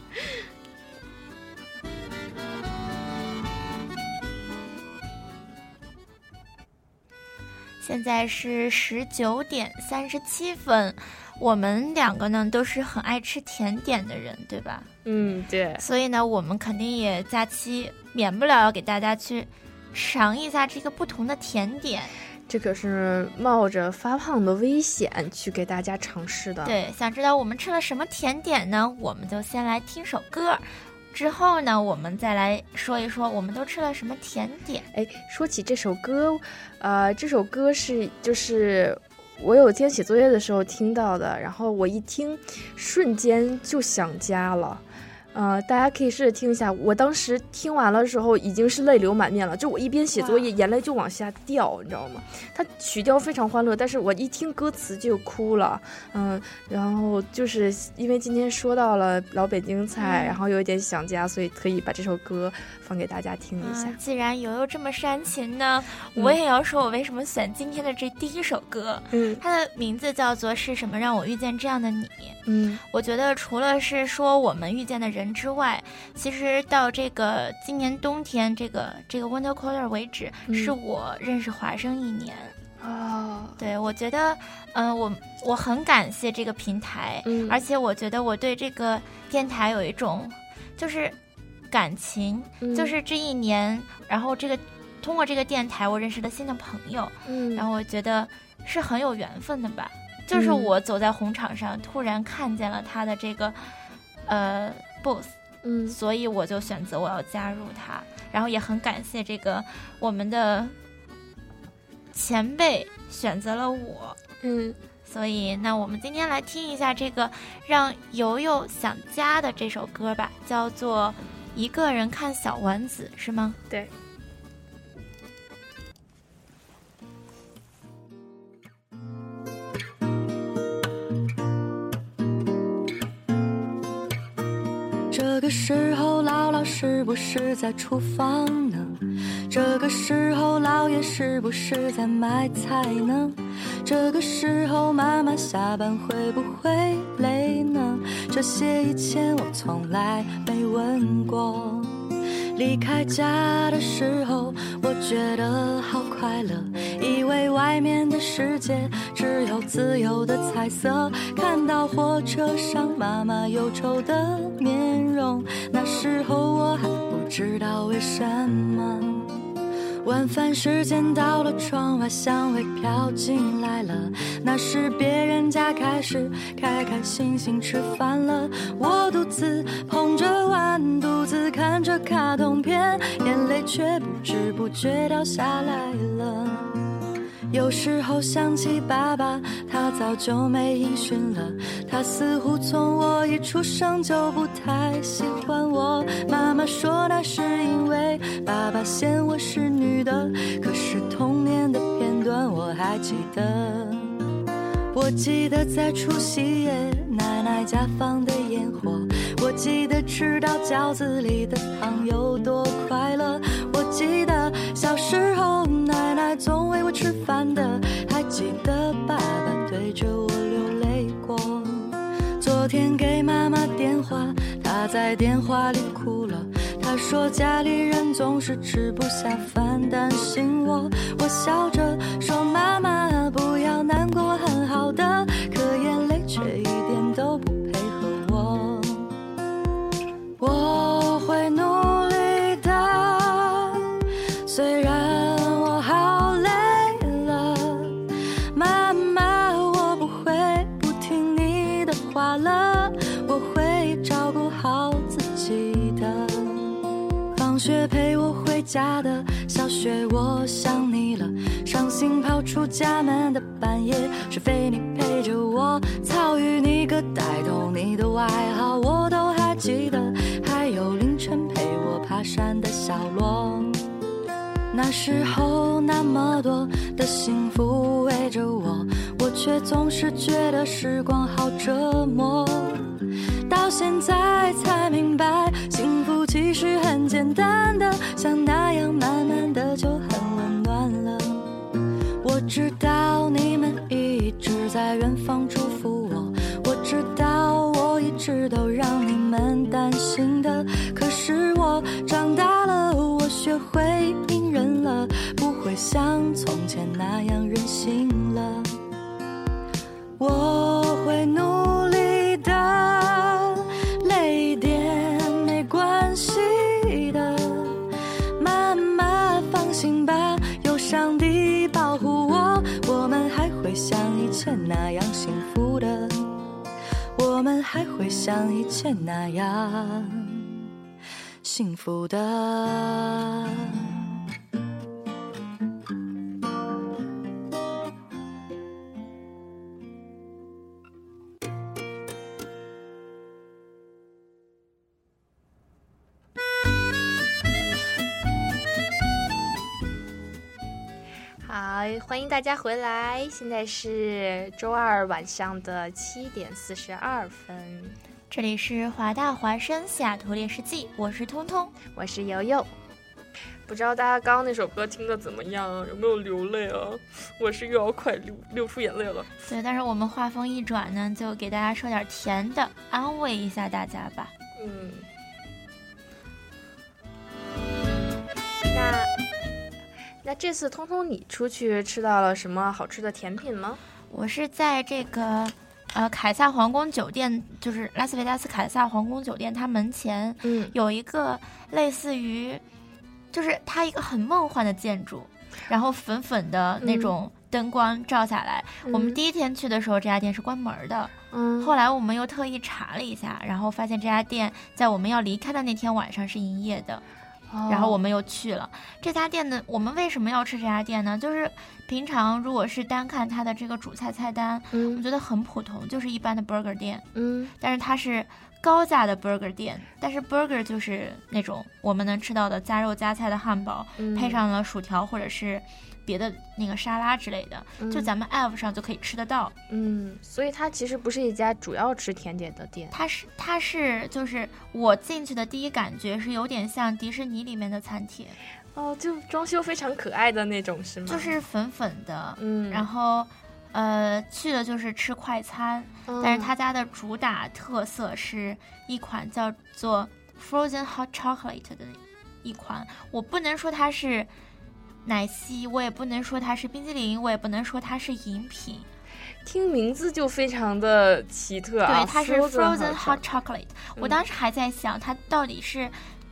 现在是十九点三十七分，我们两个呢都是很爱吃甜点的人，对吧？ 嗯，对。 所以呢，我们肯定也假期免不了要给大家去尝一下这个不同的甜点。 这可是冒着发胖的危险去给大家尝试的。 对，想知道我们吃了什么甜点呢？我们就先来听首歌。之后呢，我们再来说一说我们都吃了什么甜点。 哎，说起这首歌，呃，这首歌是就是我有天写作业的时候听到的，然后我一听，瞬间就想家了。呃，大家可以试着听一下。我当时听完了的时候，已经是泪流满面了。就我一边写作业，眼泪就往下掉，你知道吗？它曲调非常欢乐，但是我一听歌词就哭了。嗯，然后就是因为今天说到了老北京菜，嗯、然后有一点想家，所以特意把这首歌放给大家听一下。 嗯、既然悠悠这么煽情呢，我也要说我为什么选今天的这第一首歌。 嗯， 它的名字叫做《是什么让我遇见这样的你》。 嗯， 我觉得除了是说我们遇见的人之外，其实到这个今年冬天这个这个 Winter Quarter 为止，嗯、是我认识华生一年。 哦， 对，我觉得，嗯、呃，我我很感谢这个平台， 嗯， 而且我觉得我对这个电台有一种就是感情， 嗯、 就是这一年，然后这个通过这个电台，我认识了新的朋友， 嗯， 然后我觉得是很有缘分的吧。就是我走在红场上，嗯、突然看见了他的这个呃 booth， 嗯， 所以我就选择我要加入他，然后也很感谢这个我们的前辈选择了我， 嗯， 所以那我们今天来听一下这个让悠悠想家的这首歌吧，叫做《一个人看小丸子》，是吗？ 对。 这个时候姥姥是不是在厨房呢？这个时候姥爷是不是在买菜呢？这个时候妈妈下班会不会累呢？这些以前我从来没问过。离开家的时候我觉得好快乐，以为外面的世界只有自由的彩色，看到火车上妈妈忧愁的面容，那时候我还不知道为什么晚饭时间到了，窗外香味飘进来了，那是别人家开始开开心心吃饭了。我独自捧着碗，独自看着卡通片，眼泪却不知不觉掉下来了。有时候想起爸爸，他早就没音讯了，他似乎从我一出生就不太喜欢我。妈妈说那是因为爸爸嫌我是女的，可是童年的片段我还记得。我记得在除夕夜奶奶家放的烟火，我记得吃到饺子里的糖有多快乐，我记得小时候奶奶总喂我吃饭的，还记得爸爸对着我流泪过。昨天给妈妈电话，她在电话里哭了，她说家里人总是吃不下饭，担心我。我笑着说妈妈不要难过，我很好的，可眼泪却一点都不配合我。我会努力的，虽然我好累了，妈妈我不会不听你的话了，我会照顾好自己的。放学陪我回家的小雪，我想你了，伤心跑出家门的半夜，是非你陪着我，草与你个带动你的外号我都还记得，还有凌晨陪我爬山的小落。那时候那么多的幸福围着我，我却总是觉得时光好折磨。到现在才明白，幸福其实很简单的，像那样慢慢的就很温暖了。我知道你们一直在远方祝福我，我知道我一直都让你们担心的，可是我长大了，我学会隐忍了，不会像从前那样任性了。我会努力的，累点没关系的，妈妈放心吧，有上帝保护我，我们还会像以前那样幸福的，我们还会像以前那样幸福的。 好，欢迎大家回来，现在是周二晚上的七点四十二分， 这里是华大华生西雅图猎食记，我是通通， 我是悠悠。不知道大家刚刚那首歌听得怎么样，有没有流泪啊？我是又要快流流出眼泪了。 对，但是我们话锋一转呢，就给大家说点甜的，安慰一下大家吧。 嗯，那那这次通通你出去吃到了什么好吃的甜品吗？ 我是在这个呃凯撒皇宫酒店，就是拉斯维加斯凯撒皇宫酒店，它门前嗯有一个类似于，就是它一个很梦幻的建筑，然后粉粉的那种灯光照下来。 嗯、 我们第一天去的时候，这家店是关门的。 嗯， 后来我们又特意查了一下，然后发现这家店在我们要离开的那天晚上是营业的。然后我们又去了这家店呢。我们为什么要吃这家店呢？就是平常如果是单看它的这个主菜菜单， 嗯， 我觉得很普通，就是一般的 burger 店， 嗯， 但是它是高价的 burger 店，但是 burger 就是那种我们能吃到的加肉加菜的汉堡， 嗯， 配上了薯条或者是别的那个沙拉之类的， 嗯， 就咱们 app 上就可以吃得到。 嗯，所以它其实不是一家主要吃甜点的店， 它是它是就是我进去的第一感觉是有点像迪士尼里面的餐厅。 哦，就装修非常可爱的那种是吗？ 就是粉粉的， 嗯， 然后呃去的就是吃快餐， 嗯， 但是他家的主打特色是一款叫做 Frozen Hot Chocolate 的一款，我不能说它是奶昔，我也不能说它是冰激凌，我也不能说它是饮品， 听名字就非常的奇特啊。 对，它是 Frozen Hot Chocolate。 我当时还在想它到底是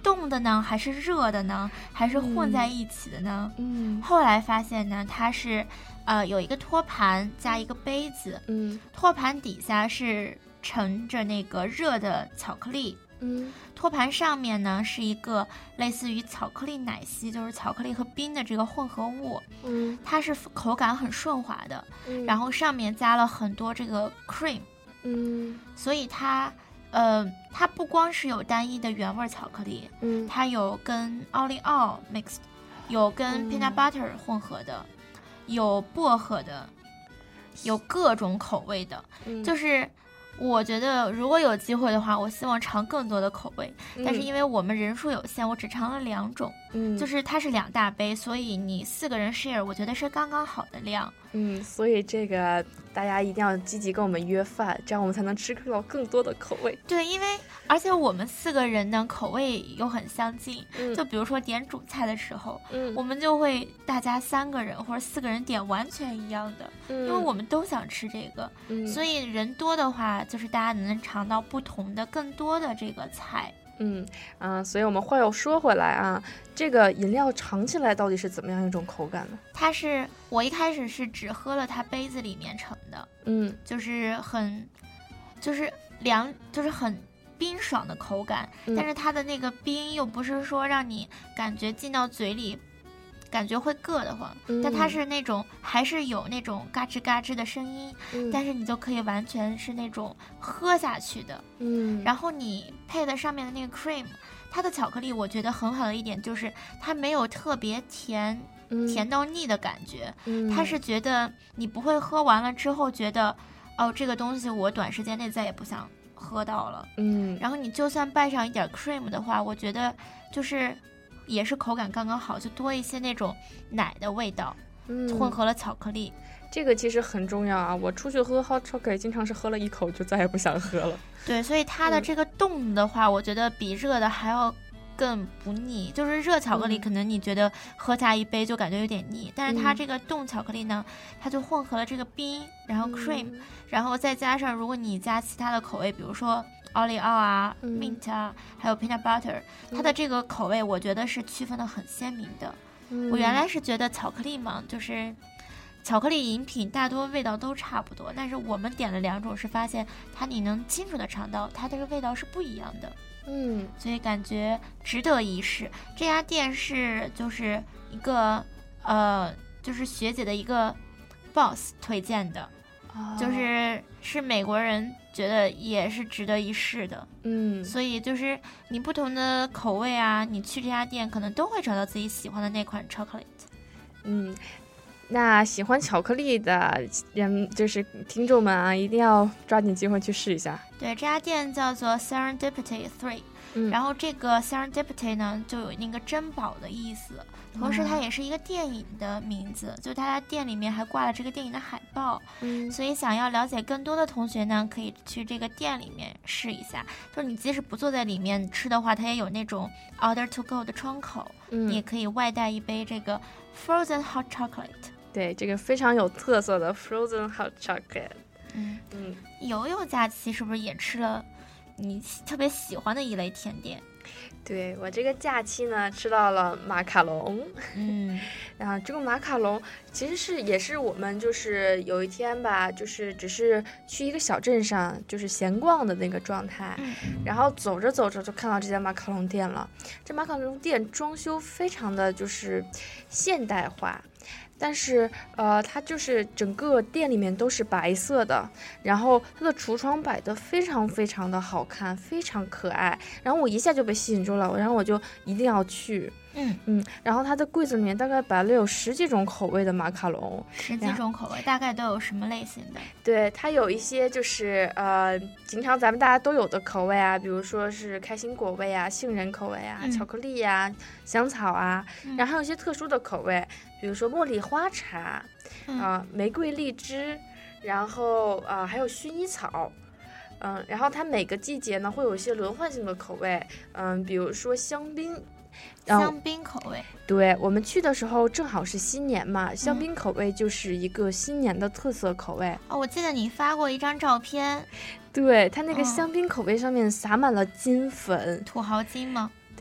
冻的呢，还是热的呢，还是混在一起的呢？ 嗯， 后来发现呢，它是呃有一个托盘加一个杯子， 嗯， 托盘底下是盛着那个热的巧克力， 嗯， 托盘上面呢是一个类似于巧克力奶昔，就是巧克力和冰的这个混合物， 嗯， 它是口感很顺滑的， 嗯， 然后上面加了很多这个 cream， 嗯， 所以它呃它不光是有单一的原味巧克力， 嗯， 它有跟奥利奥 mixed， 有跟 peanut butter 混合的，有薄荷的，有各种口味的， 嗯， 就是我觉得如果有机会的话，我希望尝更多的口味， 嗯， 但是因为我们人数有限，我只尝了两种， 嗯， 就是它是两大杯，所以你四个人 share， 我觉得是刚刚好的量。 嗯，所以这个大家一定要积极跟我们约饭，这样我们才能吃到更多的口味。 对，因为而且我们四个人呢口味又很相近， 嗯， 就比如说点主菜的时候， 嗯， 我们就会大家三个人或者四个人点完全一样的， 嗯， 因为我们都想吃这个， 嗯， 所以人多的话，就是大家能尝到不同的、更多的这个菜。 嗯啊、呃，所以我们话又说回来啊，这个饮料尝起来到底是怎么样一种口感呢？ 它是我一开始是只喝了它杯子里面盛的， 嗯， 就是很，就是凉，就是很冰爽的口感， 嗯， 但是它的那个冰又不是说让你感觉进到嘴里，感觉会硌得慌， 嗯， 但它是那种还是有那种嘎吱嘎吱的声音， 嗯， 但是你就可以完全是那种喝下去的， 嗯， 然后你配的上面的那个 cream， 它的巧克力我觉得很好的一点就是它没有特别甜， 嗯， 甜到腻的感觉， 嗯， 它是觉得你不会喝完了之后觉得哦这个东西我短时间内再也不想喝到了， 嗯， 然后你就算拌上一点 cream 的话，我觉得就是也是口感刚刚好，就多一些那种奶的味道， 嗯， 混合了巧克力， 这个其实很重要啊。我出去喝 hot chocolate 经常是喝了一口就再也不想喝了。 对，所以它的这个冻的话，嗯，我觉得比热的还要更不腻。就是热巧克力可能你觉得喝下一杯就感觉有点腻，嗯，但是它这个冻巧克力呢，它就混合了这个冰，然后 cream，嗯，然后再加上如果你加其他的口味，比如说奥利奥啊， 嗯 mint 啊，还有 peanut butter，嗯，它的这个口味我觉得是区分的很鲜明的，嗯。我原来是觉得巧克力嘛，就是巧克力饮品大多味道都差不多，但是我们点了两种，是发现它你能清楚的尝到它这个味道是不一样的， 嗯，所以感觉值得一试。这家店是就是一个呃，就是学姐的一个 boss 推荐的，哦，就是是美国人。觉得也是值得一试的， 嗯， 所以就是你不同的口味啊，你去这家店可能都会找到自己喜欢的那款 chocolate。 嗯，那喜欢巧克力的人，就是听众们啊，一定要抓紧机会去试一下。 对，这家店叫做 Serendipity Three， 嗯， 然后这个 Serendipity 呢，就有那个珍宝的意思。同时它也是一个电影的名字，嗯，就它家店里面还挂了这个电影的海报， 嗯， 所以想要了解更多的同学呢，可以去这个店里面试一下。就是你即使不坐在里面吃的话，它也有那种 order to go 的窗口， 嗯， 你也可以外带一杯这个 frozen hot chocolate。 对，这个非常有特色的 frozen hot chocolate。 嗯嗯， 游游假期是不是也吃了你特别喜欢的一类甜点？ 对，我这个假期呢，吃到了马卡龙， 嗯， 然后这个马卡龙其实是也是我们就是有一天吧，就是只是去一个小镇上，就是闲逛的那个状态， 嗯， 然后走着走着就看到这家马卡龙店了。这马卡龙店装修非常的就是现代化。但是，呃，它就是整个店里面都是白色的，然后它的橱窗摆得非常非常的好看，非常可爱，然后我一下就被吸引住了，然后我就一定要去。 嗯嗯，然后它的柜子里面大概摆了有十几种口味的马卡龙， 十几种口味，大概都有什么类型的？ 对，它有一些就是呃，平常咱们大家都有的口味啊，比如说是开心果味啊、杏仁口味啊、 嗯、 巧克力啊、香草啊， 嗯、 然后还有一些特殊的口味，比如说茉莉花茶，啊、 嗯呃，玫瑰荔枝，然后啊、呃、还有薰衣草。嗯，然后它每个季节呢会有一些轮换性的口味，嗯，比如说香槟。 香槟口味， 对，我们去的时候正好是新年嘛，香槟口味就是一个新年的特色口味。 哦，我记得你发过一张照片， 对，它那个香槟口味上面撒满了金粉， 土豪金吗？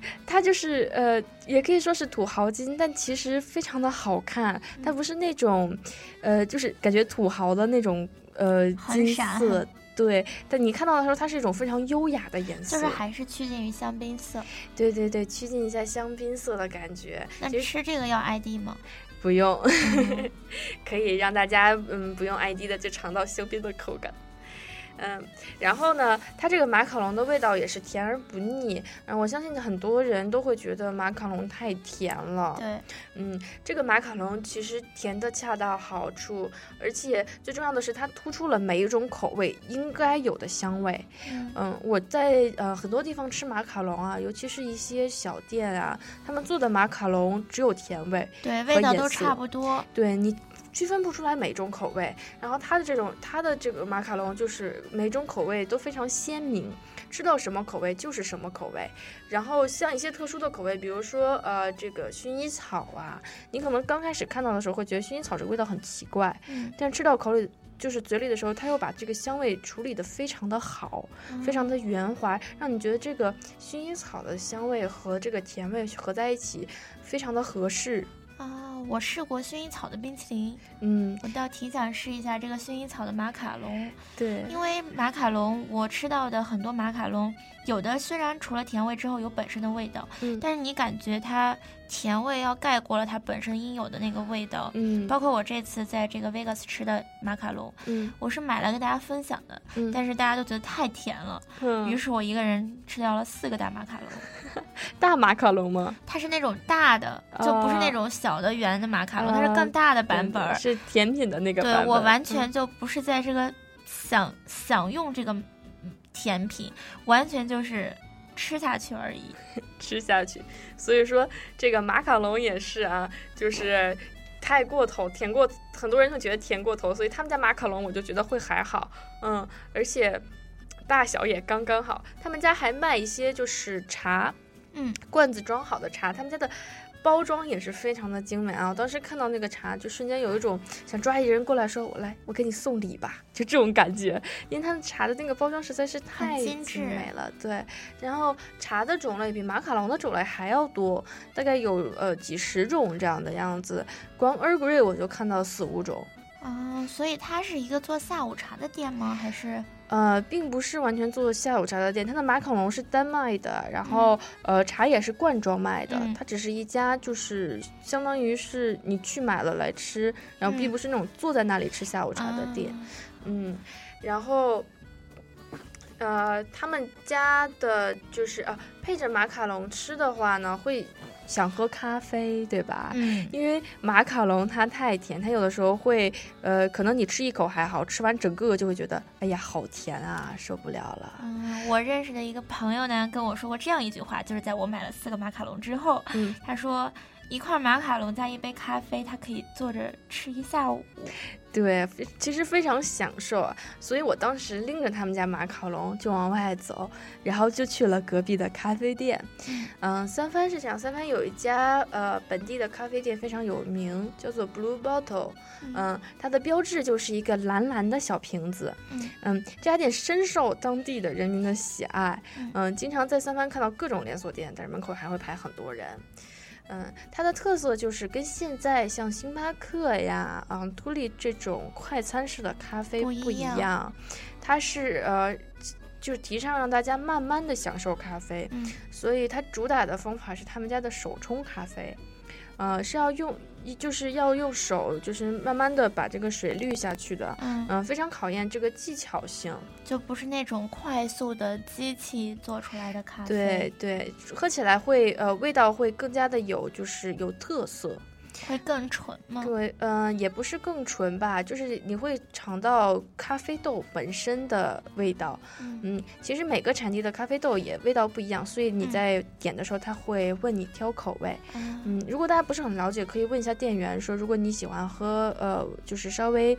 它就是呃，也可以说是土豪金，但其实非常的好看。它不是那种，呃，就是感觉土豪的那种呃金色，对。但你看到的时候，它是一种非常优雅的颜色， 就是还是趋近于香槟色。 对对对，趋近一下香槟色的感觉。 那吃这个要 I D 吗？ 不用，嗯、可以让大家嗯不用 I D 的就尝到香槟的口感。嗯，然后呢，它这个马卡龙的味道也是甜而不腻。嗯，我相信很多人都会觉得马卡龙太甜了。 对， 嗯，这个马卡龙其实甜的恰到好处，而且最重要的是它突出了每一种口味应该有的香味。嗯，嗯我在呃很多地方吃马卡龙啊，尤其是一些小店啊，他们做的马卡龙只有甜味， 对，味道都差不多。 对你。区分不出来每种口味，然后它的这种它的这个马卡龙就是每种口味都非常鲜明，吃到什么口味就是什么口味。然后像一些特殊的口味，比如说呃这个薰衣草啊，你可能刚开始看到的时候会觉得薰衣草这个味道很奇怪，嗯，但吃到口里就是嘴里的时候，它又把这个香味处理得非常的好，嗯、非常的圆滑，让你觉得这个薰衣草的香味和这个甜味合在一起，非常的合适。 哦，我试过薰衣草的冰淇淋， 嗯， 我倒挺想试一下这个薰衣草的马卡龙。 对， 因为马卡龙我吃到的很多马卡龙，有的虽然除了甜味之后有本身的味道，嗯，但是你感觉它甜味要盖过了它本身应有的那个味道，嗯，包括我这次在这个 Vegas 吃的马卡龙，嗯，我是买来跟大家分享的，嗯，但是大家都觉得太甜了，嗯，于是我一个人吃掉了四个大马卡龙。 大马卡龙吗？ 它是那种大的，就不是那种小的圆的马卡龙，它是更大的版本， 嗯、是甜品的那个版本。 对，我完全就不是在这个享、嗯、享用这个甜品，完全就是吃下去而已， 吃下去。所以说这个马卡龙也是啊，就是太过头，甜过，很多人会觉得甜过头，所以他们家马卡龙我就觉得会还好，嗯，而且大小也刚刚好。他们家还卖一些就是茶。嗯，罐子装好的茶，他们家的包装也是非常的精美啊！我当时看到那个茶，就瞬间有一种想抓一人过来说：“我来，我给你送礼吧。”就这种感觉，因为他们茶的那个包装实在是太精美了。对，然后茶的种类比马卡龙的种类还要多，大概有呃几十种这样的样子。光 Earl Grey 我就看到四五种。 哦，所以它是一个做下午茶的店吗？还是？ 呃，并不是完全做下午茶的店，它的马卡龙是单卖的，然后、嗯、呃茶也是罐装卖的、嗯，它只是一家就是相当于是你去买了来吃，然后并不是那种坐在那里吃下午茶的店，嗯，嗯然后呃他们家的就是呃配着马卡龙吃的话呢，会想喝咖啡，对吧？嗯，因为马卡龙它太甜，它有的时候会，呃，可能你吃一口还好，吃完整个就会觉得，哎呀，好甜啊，受不了了。 嗯，我认识的一个朋友呢，跟我说过这样一句话，就是在我买了四个马卡龙之后，嗯，他说一块马卡龙加一杯咖啡，他可以坐着吃一下午。 对，其实非常享受，所以我当时拎着他们家马卡龙就往外走，然后就去了隔壁的咖啡店。嗯，三番是这样，三番有一家呃本地的咖啡店非常有名，叫做 Blue Bottle。嗯，它的标志就是一个蓝蓝的小瓶子。嗯，这家店深受当地的人民的喜爱。嗯，经常在三番看到各种连锁店，但是门口还会排很多人。嗯，它的特色就是跟现在像星巴克呀、嗯图利这种快餐式的咖啡不一样，一样它是呃，就是提倡让大家慢慢的享受咖啡，嗯，所以它主打的方法是他们家的手冲咖啡，呃，是要用。就是要用手，就是慢慢的把这个水滤下去的，嗯、呃，非常考验这个技巧性， 就不是那种快速的机器做出来的咖啡。 对对，喝起来会呃味道会更加的有，就是有特色。 会更纯吗？ 对，嗯、呃，也不是更纯吧，就是你会尝到咖啡豆本身的味道。嗯, 嗯其实每个产地的咖啡豆也味道不一样，所以你在点的时候他会问你挑口味。嗯, 嗯如果大家不是很了解，可以问一下店员说，如果你喜欢喝呃，就是稍微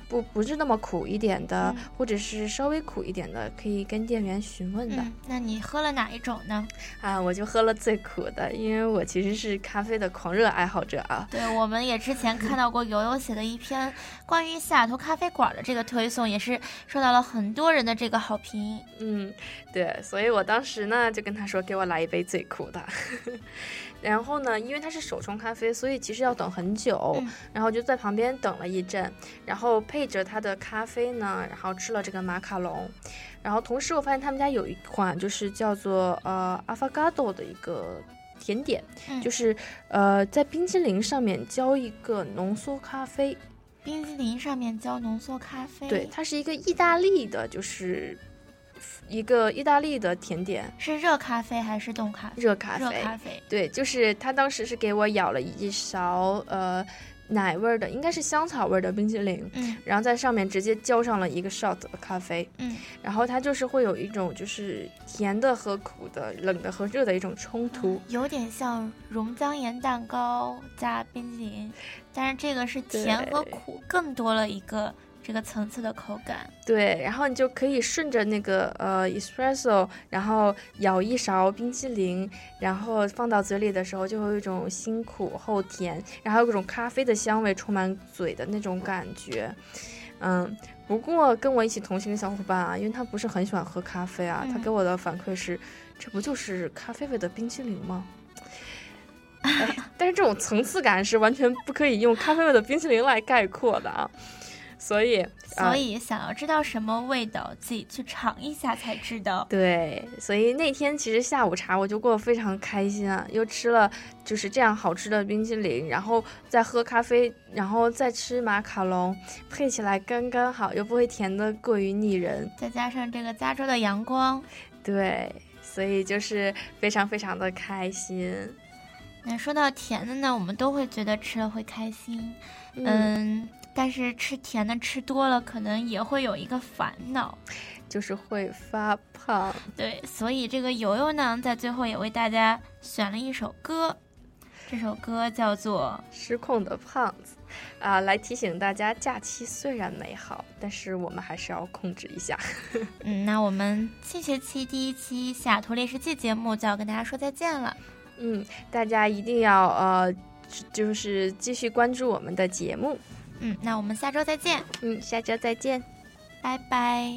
不不是那么苦一点的、 嗯、 或者是稍微苦一点的，可以跟店员询问的、 嗯、那你喝了哪一种呢？ 啊，我就喝了最苦的，因为我其实是咖啡的狂热爱好者啊。 对，我们也之前看到过悠悠写的一篇关于西雅图咖啡馆的这个推送，也是受到了很多人的这个好评。 嗯，对，所以我当时呢就跟他说给我来一杯最苦的然后呢因为它是手冲咖啡，所以其实要等很久、嗯、然后就在旁边等了一阵，然后配着它的咖啡呢，然后吃了这个马卡龙。然后同时我发现他们家有一款就是叫做呃 Affogato 的一个甜点、嗯、就是呃在冰淇淋上面浇一个浓缩咖啡。 冰淇淋上面浇浓缩咖啡？ 对，它是一个意大利的，就是一个意大利的甜点。 是热咖啡还是冻咖啡？ 热咖啡。 热咖啡。 对，就是他当时是给我舀了一勺呃奶味的，应该是香草味的冰淇淋， 嗯， 然后在上面直接浇上了一个 shot 的咖啡， 嗯， 然后它就是会有一种就是甜的和苦的、冷的和热的一种冲突， 嗯、有点像熔浆盐蛋糕加冰淇淋，但是这个是甜和苦更多了一个这个层次的口感。 对，然后你就可以顺着那个呃 espresso， 然后舀一勺冰淇淋，然后放到嘴里的时候就会有一种辛苦后甜，然后有种咖啡的香味充满嘴的那种感觉。嗯，不过跟我一起同行的小伙伴啊，因为他不是很喜欢喝咖啡啊， 嗯、 他给我的反馈是，这不就是咖啡味的冰淇淋吗？哎，但是这种层次感是完全不可以用咖啡味的冰淇淋来概括的啊。所以， 所以想要知道什么味道，自己去尝一下才知道。 对，所以那天其实下午茶我就过得非常开心啊，又吃了就是这样好吃的冰淇淋，然后再喝咖啡，然后再吃马卡龙，配起来刚刚好，又不会甜得过于腻人， 再加上这个加州的阳光， 对，所以就是非常非常的开心。 那说到甜的呢，我们都会觉得吃了会开心，嗯。嗯但是吃甜的吃多了，可能也会有一个烦恼， 就是会发胖。 对，所以这个悠悠呢，在最后也为大家选了一首歌，这首歌叫做 《失控的胖子》啊，来提醒大家，假期虽然美好，但是我们还是要控制一下。 嗯，那我们新学期第一期西雅图猎食记节目就要跟大家说再见了。 嗯，大家一定要呃，就是继续关注我们的节目。 嗯，那我们下周再见。 嗯，下周再见， 拜拜。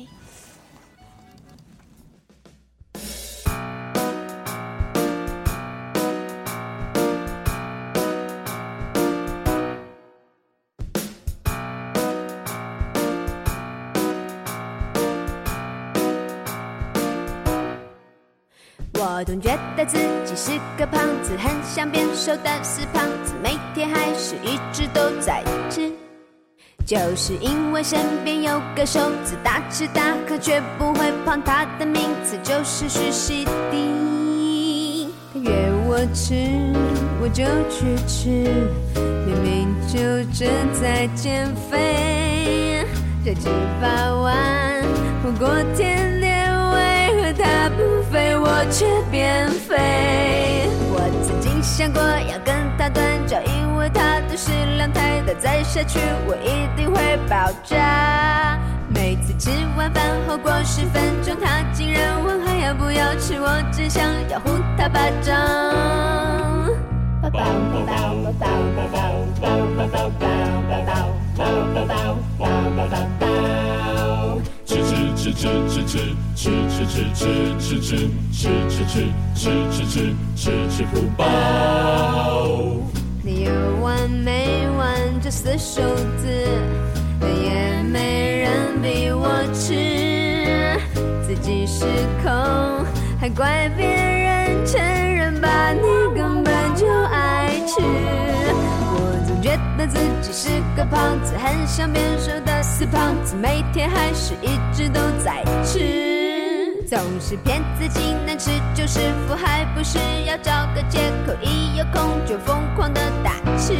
我总觉得自己是个胖子，很想变瘦的死胖子，每天还是一直都在吃。就是因为身边有个瘦子，大吃大喝却不会胖，他的名字就是徐熙娣。他约我吃，我就去吃，明明就正在减肥，这脂肪丸火锅甜点为何他不肥我却变肥？我曾经想过要跟他断交，因为他的食量太大，再下去我一定会爆炸。每次吃完饭后过十分钟，他竟然问还要不要吃，我只想要呼他巴掌。抱抱抱抱抱抱抱抱抱抱抱抱抱抱抱，吃吃吃吃吃吃吃吃吃吃吃吃吃吃吃吃吃吃吃不饱。你有完没完这死瘦子，也没人逼我吃，自己失控还怪别人，承认吧，你根本就爱吃。我总觉得自己是个胖子，很想变瘦的死胖子，每天还是一直都在吃，总是骗自己难吃就是福，还不是要找个借口，一有空就疯狂的大吃。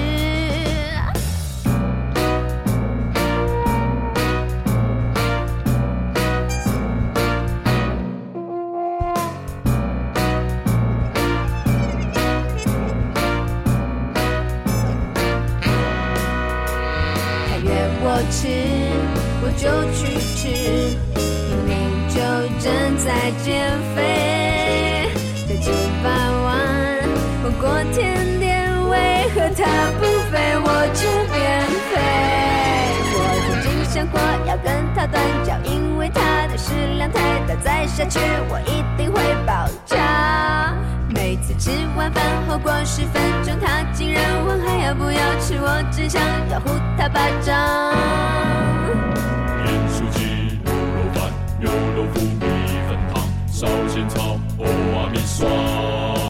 他约我吃， 就去吃，明明就正在减肥。在吃饭完火锅甜点，为何他不肥我却变肥？我曾经想过要跟他断交，因为他的食量太大，再下去我一定会爆炸。每次吃完饭后过十分钟，他竟然问还要不要吃，我只想要呼他巴掌。 盐酥鸡、牛肉饭、牛肉腐、米粉汤、烧仙草、欧阿米刷。